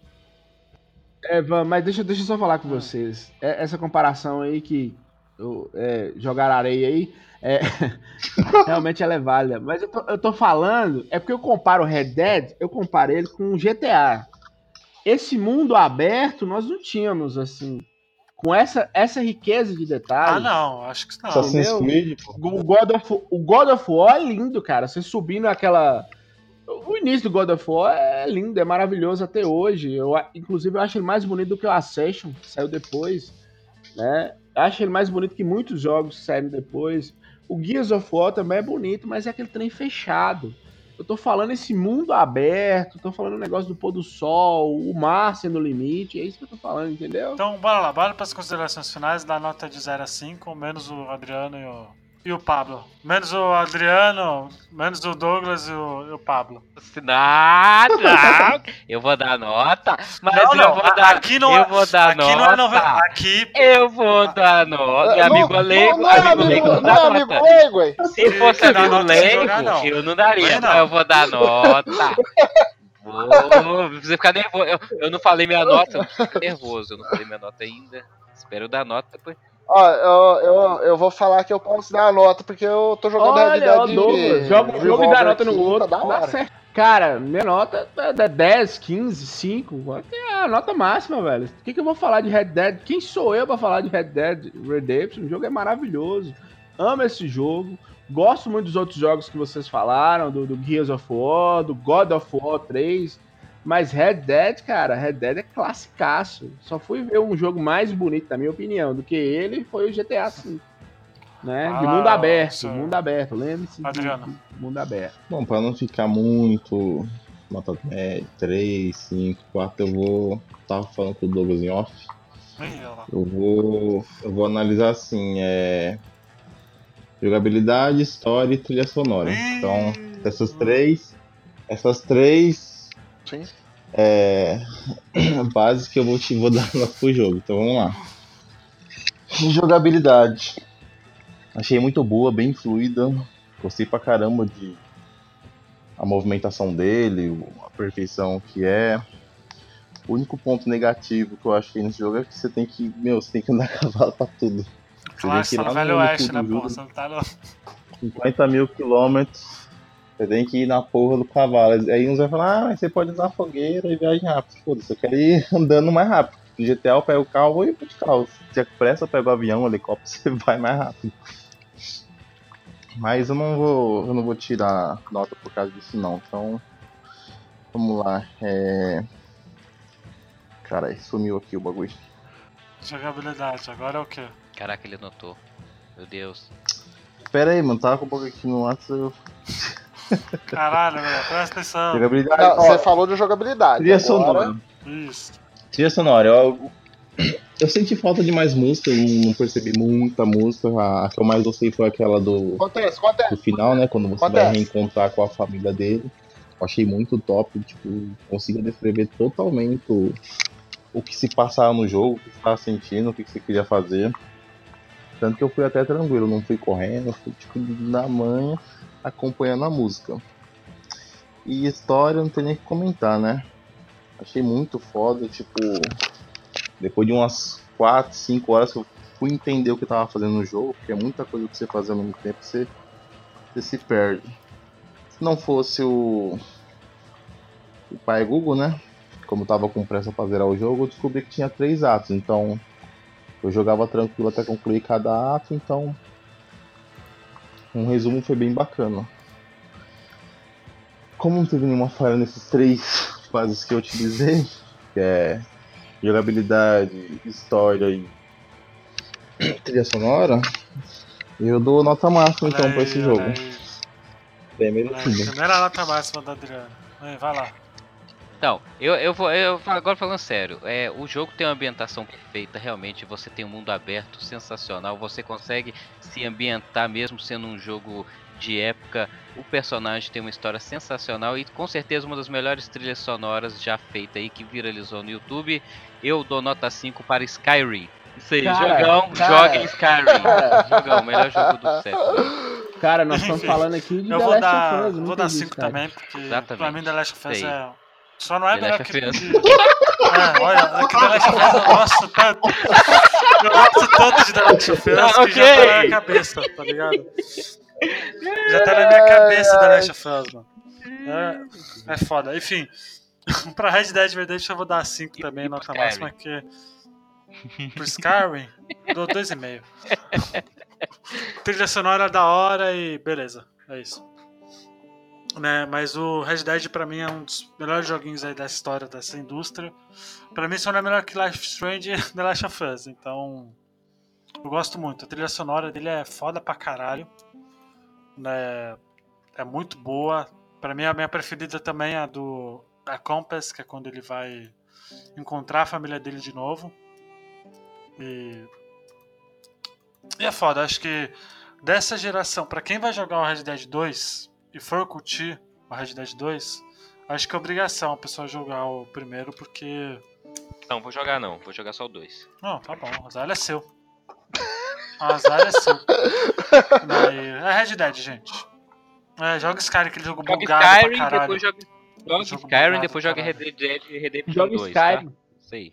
[SPEAKER 3] É, vamos, mas deixa, deixa eu só falar com vocês. É, essa comparação aí que eu, é, jogar areia aí, é, realmente ela é válida. Mas eu tô, eu tô falando, é porque eu comparo o Red Dead, eu comparo ele com o G T A. Esse mundo aberto nós não tínhamos, assim, com essa, essa riqueza de detalhes.
[SPEAKER 2] Ah, não. Acho que não.
[SPEAKER 5] Assassin's
[SPEAKER 3] meu?
[SPEAKER 5] Creed, pô.
[SPEAKER 3] O God of, o God of War é lindo, cara. Você subindo aquela. O início do God of War é lindo, é maravilhoso até hoje. Eu, a- inclusive, eu acho ele mais bonito do que o Ascension, que saiu depois. Né? Eu acho ele mais bonito que muitos jogos que saíram depois. O Gears of War também é bonito, mas é aquele trem fechado. Eu tô falando esse mundo aberto, tô falando o negócio do pôr do sol, o mar sendo o limite, é isso que eu tô falando, entendeu?
[SPEAKER 2] Então, bora lá. Bora para as considerações finais. Dá nota de zero a cinco, menos o Adriano e o, e o Pablo. Menos o Adriano, menos o Douglas e o, e o Pablo.
[SPEAKER 4] Nada! Eu vou dar nota, mas
[SPEAKER 2] Não,
[SPEAKER 4] eu
[SPEAKER 2] não,
[SPEAKER 4] vou
[SPEAKER 2] a-
[SPEAKER 4] dar,
[SPEAKER 2] aqui não é-
[SPEAKER 4] eu vou dar
[SPEAKER 2] aqui
[SPEAKER 4] nota.
[SPEAKER 2] não é novela. Aqui.
[SPEAKER 4] Eu vou dar nota.
[SPEAKER 6] Não,
[SPEAKER 4] Amigo
[SPEAKER 6] não,
[SPEAKER 4] leigo,
[SPEAKER 6] não é
[SPEAKER 4] amigo
[SPEAKER 6] amigo,
[SPEAKER 4] leigo não
[SPEAKER 6] não
[SPEAKER 4] dá
[SPEAKER 6] é amigo
[SPEAKER 4] nota.
[SPEAKER 6] leigo, hein?
[SPEAKER 4] Se fosse
[SPEAKER 2] Não dá
[SPEAKER 4] amigo
[SPEAKER 2] nota sem
[SPEAKER 4] leigo,
[SPEAKER 2] jogar, não.
[SPEAKER 4] eu não daria,
[SPEAKER 2] Não é, não.
[SPEAKER 4] mas eu vou dar nota. Vou, você ficar nervoso. Eu, eu não falei minha nota, eu fico nervoso. Eu não falei minha nota ainda. Espero eu dar nota depois.
[SPEAKER 6] Ó, eu, eu, eu vou falar que eu posso dar a nota, porque eu tô jogando
[SPEAKER 3] Olha, ó,
[SPEAKER 6] realidade
[SPEAKER 3] Douglas, joga um jogo e dá nota no outro.
[SPEAKER 6] Tá da
[SPEAKER 3] Dá
[SPEAKER 6] hora.
[SPEAKER 3] certo. Cara, minha nota é dez, quinze, cinco. É a nota máxima, velho. O que, que eu vou falar de Red Dead? Quem sou eu pra falar de Red Dead Redemption? O jogo é maravilhoso. Amo esse jogo. Gosto muito dos outros jogos que vocês falaram, do, do Gears of War, do God of War três. Mas Red Dead, cara, Red Dead é classicaço. Só fui ver um jogo mais bonito, na minha opinião, do que ele, foi o G T A cinco. Né? De
[SPEAKER 2] Ah,
[SPEAKER 3] mundo aberto,
[SPEAKER 2] senhor.
[SPEAKER 3] mundo aberto. Lembre-se de,
[SPEAKER 2] Adriano.
[SPEAKER 3] de mundo aberto.
[SPEAKER 5] Bom, pra não ficar muito nota é, três, cinco, quatro, eu vou. Tava falando com o Douglas em off.
[SPEAKER 2] Ih, olha lá.
[SPEAKER 5] Eu vou. Eu vou analisar assim, é. Jogabilidade, história e trilha sonora. Então, essas três. Essas três
[SPEAKER 6] Sim.
[SPEAKER 5] é, bases que eu vou, te, vou dar nota pro jogo. Então vamos lá. Jogabilidade. Achei muito boa, bem fluida. Gostei pra caramba de a movimentação dele, o- a perfeição que é. O único ponto negativo que eu achei nesse jogo é que você tem que. Meu, você tem que andar a cavalo pra tudo.
[SPEAKER 2] Claro,
[SPEAKER 5] que
[SPEAKER 2] você tá
[SPEAKER 5] ir
[SPEAKER 2] no
[SPEAKER 5] lá
[SPEAKER 2] Velho
[SPEAKER 5] no
[SPEAKER 2] Oeste,
[SPEAKER 5] cu
[SPEAKER 2] né,
[SPEAKER 5] do
[SPEAKER 2] porra?
[SPEAKER 5] jogo.
[SPEAKER 2] Você não tá no.
[SPEAKER 5] cinquenta mil quilômetros. Você tem que ir na porra do cavalo. Aí uns vai falar, ah, mas você pode usar fogueira e viajar rápido. Foda-se, eu quero ir andando mais rápido. No G T A eu pego o carro, vou ir pro carro. Se tiver pressa, eu pego o avião, o helicóptero, você vai mais rápido. Mas eu não vou. Eu não vou tirar nota por causa disso não. Então. Vamos lá. É. Caralho, sumiu aqui o bagulho.
[SPEAKER 2] Jogabilidade, agora é o quê?
[SPEAKER 4] Caraca, ele anotou. Meu Deus.
[SPEAKER 5] Pera aí, mano, tava com um pouco aqui no WhatsApp. Eu...
[SPEAKER 2] Caralho, velho, presta atenção.
[SPEAKER 5] Jogabilidade.
[SPEAKER 6] Não,
[SPEAKER 5] ó,
[SPEAKER 6] você falou de jogabilidade.
[SPEAKER 5] Trilha
[SPEAKER 6] agora-
[SPEAKER 5] sonora.
[SPEAKER 2] Isso.
[SPEAKER 5] Trilha sonora, eu, Eu senti falta de mais música, eu não percebi muita música. A, a que eu mais gostei foi aquela do,
[SPEAKER 6] Acontece, acontece.
[SPEAKER 5] do final, né? Quando você
[SPEAKER 6] Acontece.
[SPEAKER 5] vai reencontrar com a família dele. Eu achei muito top, tipo, consigo descrever totalmente o, o que se passava no jogo, o que você estava sentindo, o que você queria fazer. Tanto que eu fui até tranquilo, não fui correndo, fui tipo na manhã acompanhando a música. E história não tem nem o que comentar, né? Achei muito foda, tipo, depois de umas quatro, cinco horas que eu fui entender o que eu tava fazendo no jogo, porque é muita coisa que você fazer ao mesmo tempo, você, você se perde. Se não fosse o, o pai Google, né? Como eu tava com pressa pra zerar o jogo, eu descobri que tinha três atos, então eu jogava tranquilo até concluir cada ato, então um resumo foi bem bacana. Como não teve nenhuma falha nesses três fases que eu utilizei, que é jogabilidade, história e trilha sonora, eu dou nota máxima
[SPEAKER 2] Olha
[SPEAKER 5] então
[SPEAKER 2] aí,
[SPEAKER 5] pra esse
[SPEAKER 2] olha
[SPEAKER 5] jogo.
[SPEAKER 2] aí,
[SPEAKER 5] Bem
[SPEAKER 2] olha aí.
[SPEAKER 5] merecido.
[SPEAKER 2] Primeira nota máxima da Adriana. Aí, vai lá.
[SPEAKER 4] Então, eu, eu vou. Eu, falo- agora falando sério, é, o jogo tem uma ambientação perfeita, realmente. Você tem um mundo aberto sensacional. Você consegue se ambientar mesmo sendo um jogo de época. O personagem tem uma história sensacional e com certeza uma das melhores trilhas sonoras já feita aí, que viralizou no YouTube. Eu dou nota cinco para Skyrim. Isso aí,
[SPEAKER 3] Cara,
[SPEAKER 4] jogão,
[SPEAKER 3] cara,
[SPEAKER 4] joguem Skyrim.
[SPEAKER 3] cara.
[SPEAKER 4] Jogão, melhor jogo do século.
[SPEAKER 3] Cara, nós estamos
[SPEAKER 2] Enfim,
[SPEAKER 3] falando aqui de
[SPEAKER 2] Eu
[SPEAKER 3] The
[SPEAKER 2] vou
[SPEAKER 3] Last
[SPEAKER 2] dar,
[SPEAKER 3] of Us.
[SPEAKER 2] vou
[SPEAKER 3] Não
[SPEAKER 2] dar
[SPEAKER 3] entendi
[SPEAKER 2] cinco
[SPEAKER 3] isso, cara.
[SPEAKER 2] também, porque
[SPEAKER 4] Exatamente.
[SPEAKER 2] pra mim The Last of Us
[SPEAKER 4] Isso aí.
[SPEAKER 2] é. Só não é
[SPEAKER 4] The
[SPEAKER 2] melhor
[SPEAKER 4] Last
[SPEAKER 2] que.
[SPEAKER 4] of Us.
[SPEAKER 2] que... É, olha, é que The Last of Us eu gosto tanto. Eu gosto tanto de The Last of Us
[SPEAKER 4] Ah,
[SPEAKER 2] que
[SPEAKER 4] ok.
[SPEAKER 2] já tá na minha cabeça, tá ligado? Já tá na minha cabeça The Last of Us, mano. É, é foda. Enfim, pra Red Dead Redemption eu vou dar cinco também,
[SPEAKER 4] E pro
[SPEAKER 2] nota
[SPEAKER 4] Skyrim?
[SPEAKER 2] máxima, que pro Skyrim eu dou dois e meio. Trilha sonora da hora e beleza, é isso. Né, mas o Red Dead pra mim é um dos melhores joguinhos aí da história dessa indústria. Pra mim só não é melhor que Life is Strange e The Last of Us, então eu gosto muito. A trilha sonora dele é foda pra caralho, né, é muito boa. Pra mim a minha preferida também é a do a Compass, que é quando ele vai encontrar a família dele de novo. E, e é foda, acho que dessa geração, pra quem vai jogar o Red Dead dois e for curtir o Red Dead dois, acho que é obrigação a pessoa jogar o primeiro, porque...
[SPEAKER 4] Não, vou jogar não, vou jogar só o dois.
[SPEAKER 2] Não, tá bom, o azar é seu. O azar é seu. Mas é Red Dead, gente. É, joga Skyrim, aquele jogo
[SPEAKER 4] Joga
[SPEAKER 2] bugado pra
[SPEAKER 4] Skyrim,
[SPEAKER 2] caralho.
[SPEAKER 4] depois joga, joga
[SPEAKER 2] Jogo
[SPEAKER 4] Skyrim,
[SPEAKER 2] bugado,
[SPEAKER 4] depois joga Red
[SPEAKER 2] caralho.
[SPEAKER 4] Dead Redemption
[SPEAKER 3] Joga
[SPEAKER 4] dois, tá?
[SPEAKER 3] Skyrim.
[SPEAKER 4] Isso aí.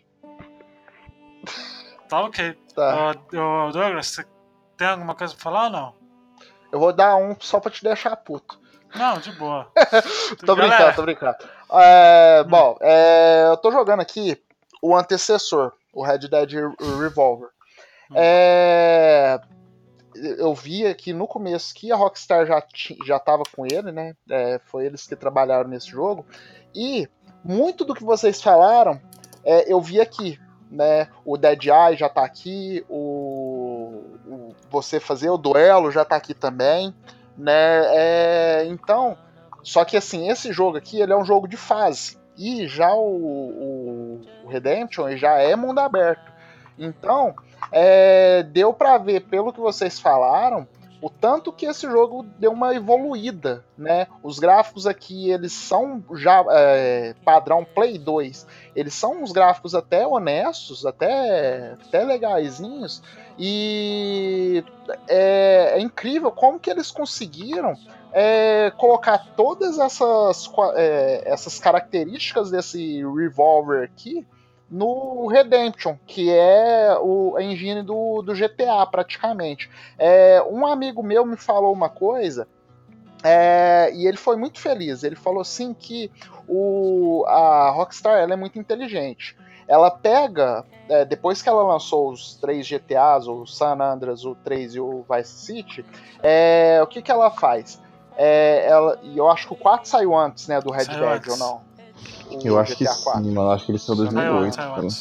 [SPEAKER 2] Tá ok.
[SPEAKER 6] Tá.
[SPEAKER 2] Ô, ô, Douglas, você tem alguma coisa pra falar ou não?
[SPEAKER 6] Eu vou dar um só pra te deixar puto.
[SPEAKER 2] Não, de boa.
[SPEAKER 6] Tô
[SPEAKER 2] Galera,
[SPEAKER 6] brincando, tô brincando. É, bom, é, eu tô jogando aqui o antecessor, o Red Dead Revolver.
[SPEAKER 2] Hum.
[SPEAKER 6] É, eu vi aqui no começo que a Rockstar já, ti- já tava com ele, né? É, foi eles que trabalharam nesse jogo. E muito do que vocês falaram, é, eu vi aqui, né? O Dead Eye já tá aqui, o, o você fazer o duelo já tá aqui também, né? É, então, só que assim, esse jogo aqui, ele é um jogo de fase. E já o, o, o Redemption já é mundo aberto. Então, é, deu pra ver, pelo que vocês falaram, o tanto que esse jogo deu uma evoluída, né? Os gráficos aqui, eles são já é, padrão Play dois. Eles são uns gráficos até honestos, até, até legaisinhos. E é, é incrível como que eles conseguiram é, colocar todas essas, é, essas características desse Revolver aqui no Redemption, que é o, a engine do, do G T A, praticamente. É, um amigo meu me falou uma coisa, é, e ele foi muito feliz. Ele falou assim que o, a Rockstar ela é muito inteligente. Ela pega, é, depois que ela lançou os três G T As, o San Andreas, o três e o Vice City, é, o que, que ela faz? É, ela, e eu acho que o quatro saiu antes, né, do Red
[SPEAKER 2] Saiu
[SPEAKER 6] Dead,
[SPEAKER 2] antes.
[SPEAKER 6] ou não? O
[SPEAKER 5] Eu acho
[SPEAKER 6] G T A
[SPEAKER 5] que
[SPEAKER 6] quatro.
[SPEAKER 5] sim, mano. Acho que ele saiu em dois mil e
[SPEAKER 2] Saiu
[SPEAKER 5] oito.
[SPEAKER 2] antes, saiu
[SPEAKER 5] cara.
[SPEAKER 2] antes.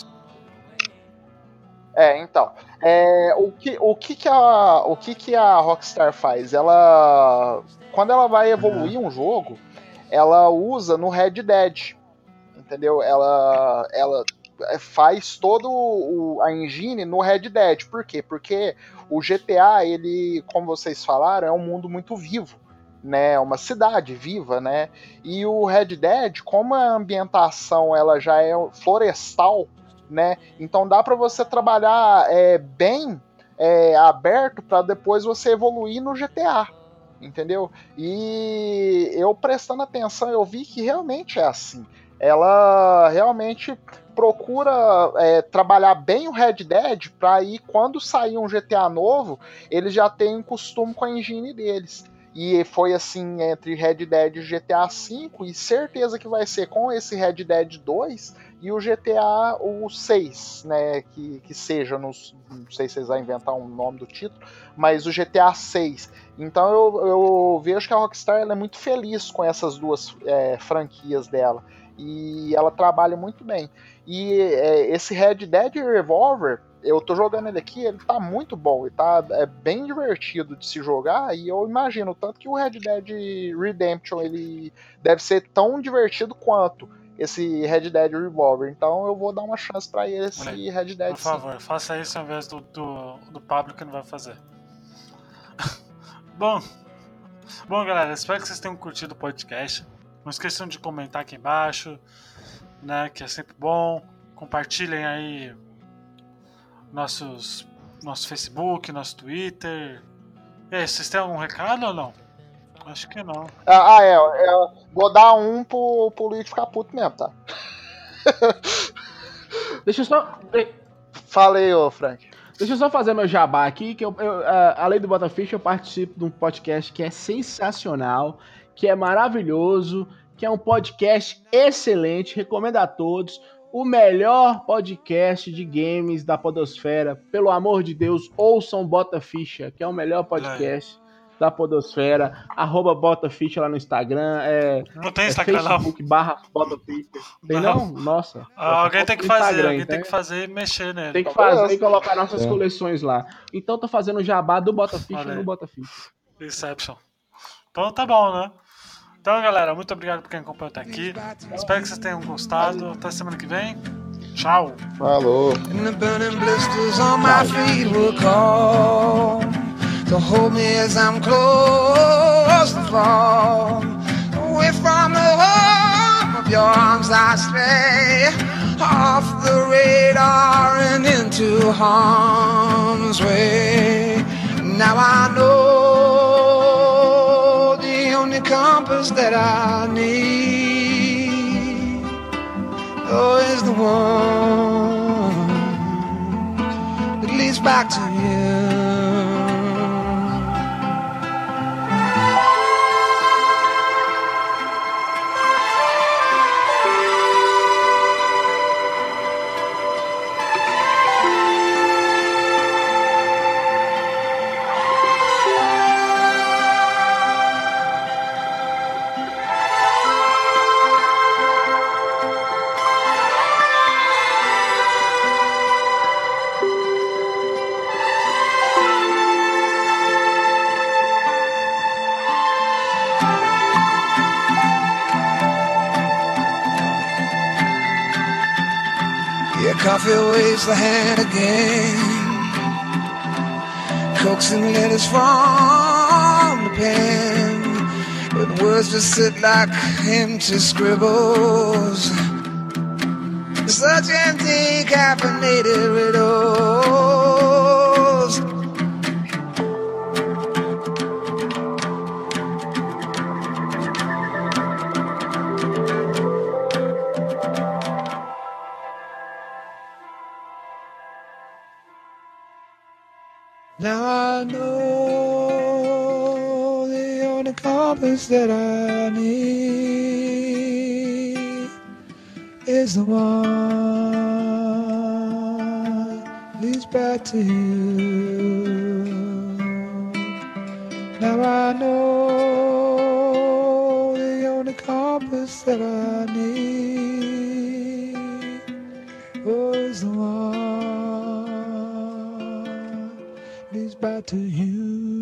[SPEAKER 6] É, então, é, o, que, o, que, que, a, o que, que a Rockstar faz? Ela, quando ela vai evoluir um jogo, ela usa no Red Dead, entendeu? Ela, ela faz todo o, a engine no Red Dead. Por quê? Porque o G T A, ele, como vocês falaram, é um mundo muito vivo, né? Uma cidade viva, né? E o Red Dead, como a ambientação ela já é florestal, né? Então dá para você trabalhar é, bem é, aberto para depois você evoluir no G T A, entendeu? E eu prestando atenção, eu vi que realmente é assim. Ela realmente procura é, trabalhar bem o Red Dead para aí quando sair um G T A novo, eles já têm um costume com a engine deles. E foi assim entre Red Dead e G T A cinco, e certeza que vai ser com esse Red Dead dois e o G T A o seis, né, que, que seja, nos, não sei se vocês vão inventar um nome do título, mas o G T A seis. Então eu, eu vejo que a Rockstar ela é muito feliz com essas duas é, franquias dela, e ela trabalha muito bem. E é, esse Red Dead Revolver, eu tô jogando ele aqui, ele tá muito bom, ele tá é bem divertido de se jogar, e eu imagino tanto que o Red Dead Redemption ele deve ser tão divertido quanto esse Red Dead Revolver. Então eu vou dar uma chance pra esse
[SPEAKER 2] Moleque,
[SPEAKER 6] Red Dead.
[SPEAKER 2] Por favor, sim. Faça isso ao invés do, do, do Pablo, que não vai fazer. Bom, bom, galera, espero que vocês tenham curtido o podcast. Não esqueçam de comentar aqui embaixo, né, que é sempre bom. Compartilhem aí nossos, nosso Facebook, nosso Twitter. E aí, vocês têm algum recado ou não? Acho que não.
[SPEAKER 6] Ah, é, é vou dar um pro, pro Luiz ficar puto mesmo, tá?
[SPEAKER 3] Deixa eu só...
[SPEAKER 6] Falei, ô Frank.
[SPEAKER 3] Deixa eu só fazer meu jabá aqui, que eu, eu, além do Botafish, eu participo de um podcast que é sensacional, que é maravilhoso, que é um podcast excelente, recomendo a todos, o melhor podcast de games da podosfera. Pelo amor de Deus, ouçam Botaficha, que é o melhor podcast é. da podosfera. Arroba Botaficha lá no Instagram. É,
[SPEAKER 2] não tem
[SPEAKER 3] é
[SPEAKER 2] Instagram,
[SPEAKER 3] Facebook
[SPEAKER 2] não.
[SPEAKER 3] barra Botaficha. Tem não? não? Nossa.
[SPEAKER 2] Ah, alguém tem que fazer, Instagram, alguém então, tem que fazer e mexer nele.
[SPEAKER 3] Tem que fazer e colocar nossas é. coleções lá. Então tô fazendo o jabá do Botaficha no Botaficha.
[SPEAKER 2] Inception. Então tá bom, né? Então, galera, muito obrigado por quem acompanhou até aqui. Espero que vocês tenham gostado. Até semana que vem. Tchau.
[SPEAKER 5] Falou.
[SPEAKER 1] To hold me as I'm close to fall. Away from the home of your arms I stray, off the radar and into harm's way. Now I know the only compass that I need, oh, is the one that leads back to you. Coffee waves the hand again, coaxing letters from the pen, but words just sit like empty scribbles, such empty caffeinated riddles. Now I know the only compass that I need is the one that leads back to you. Now I know the only compass that I need, oh, is the one leads back to you.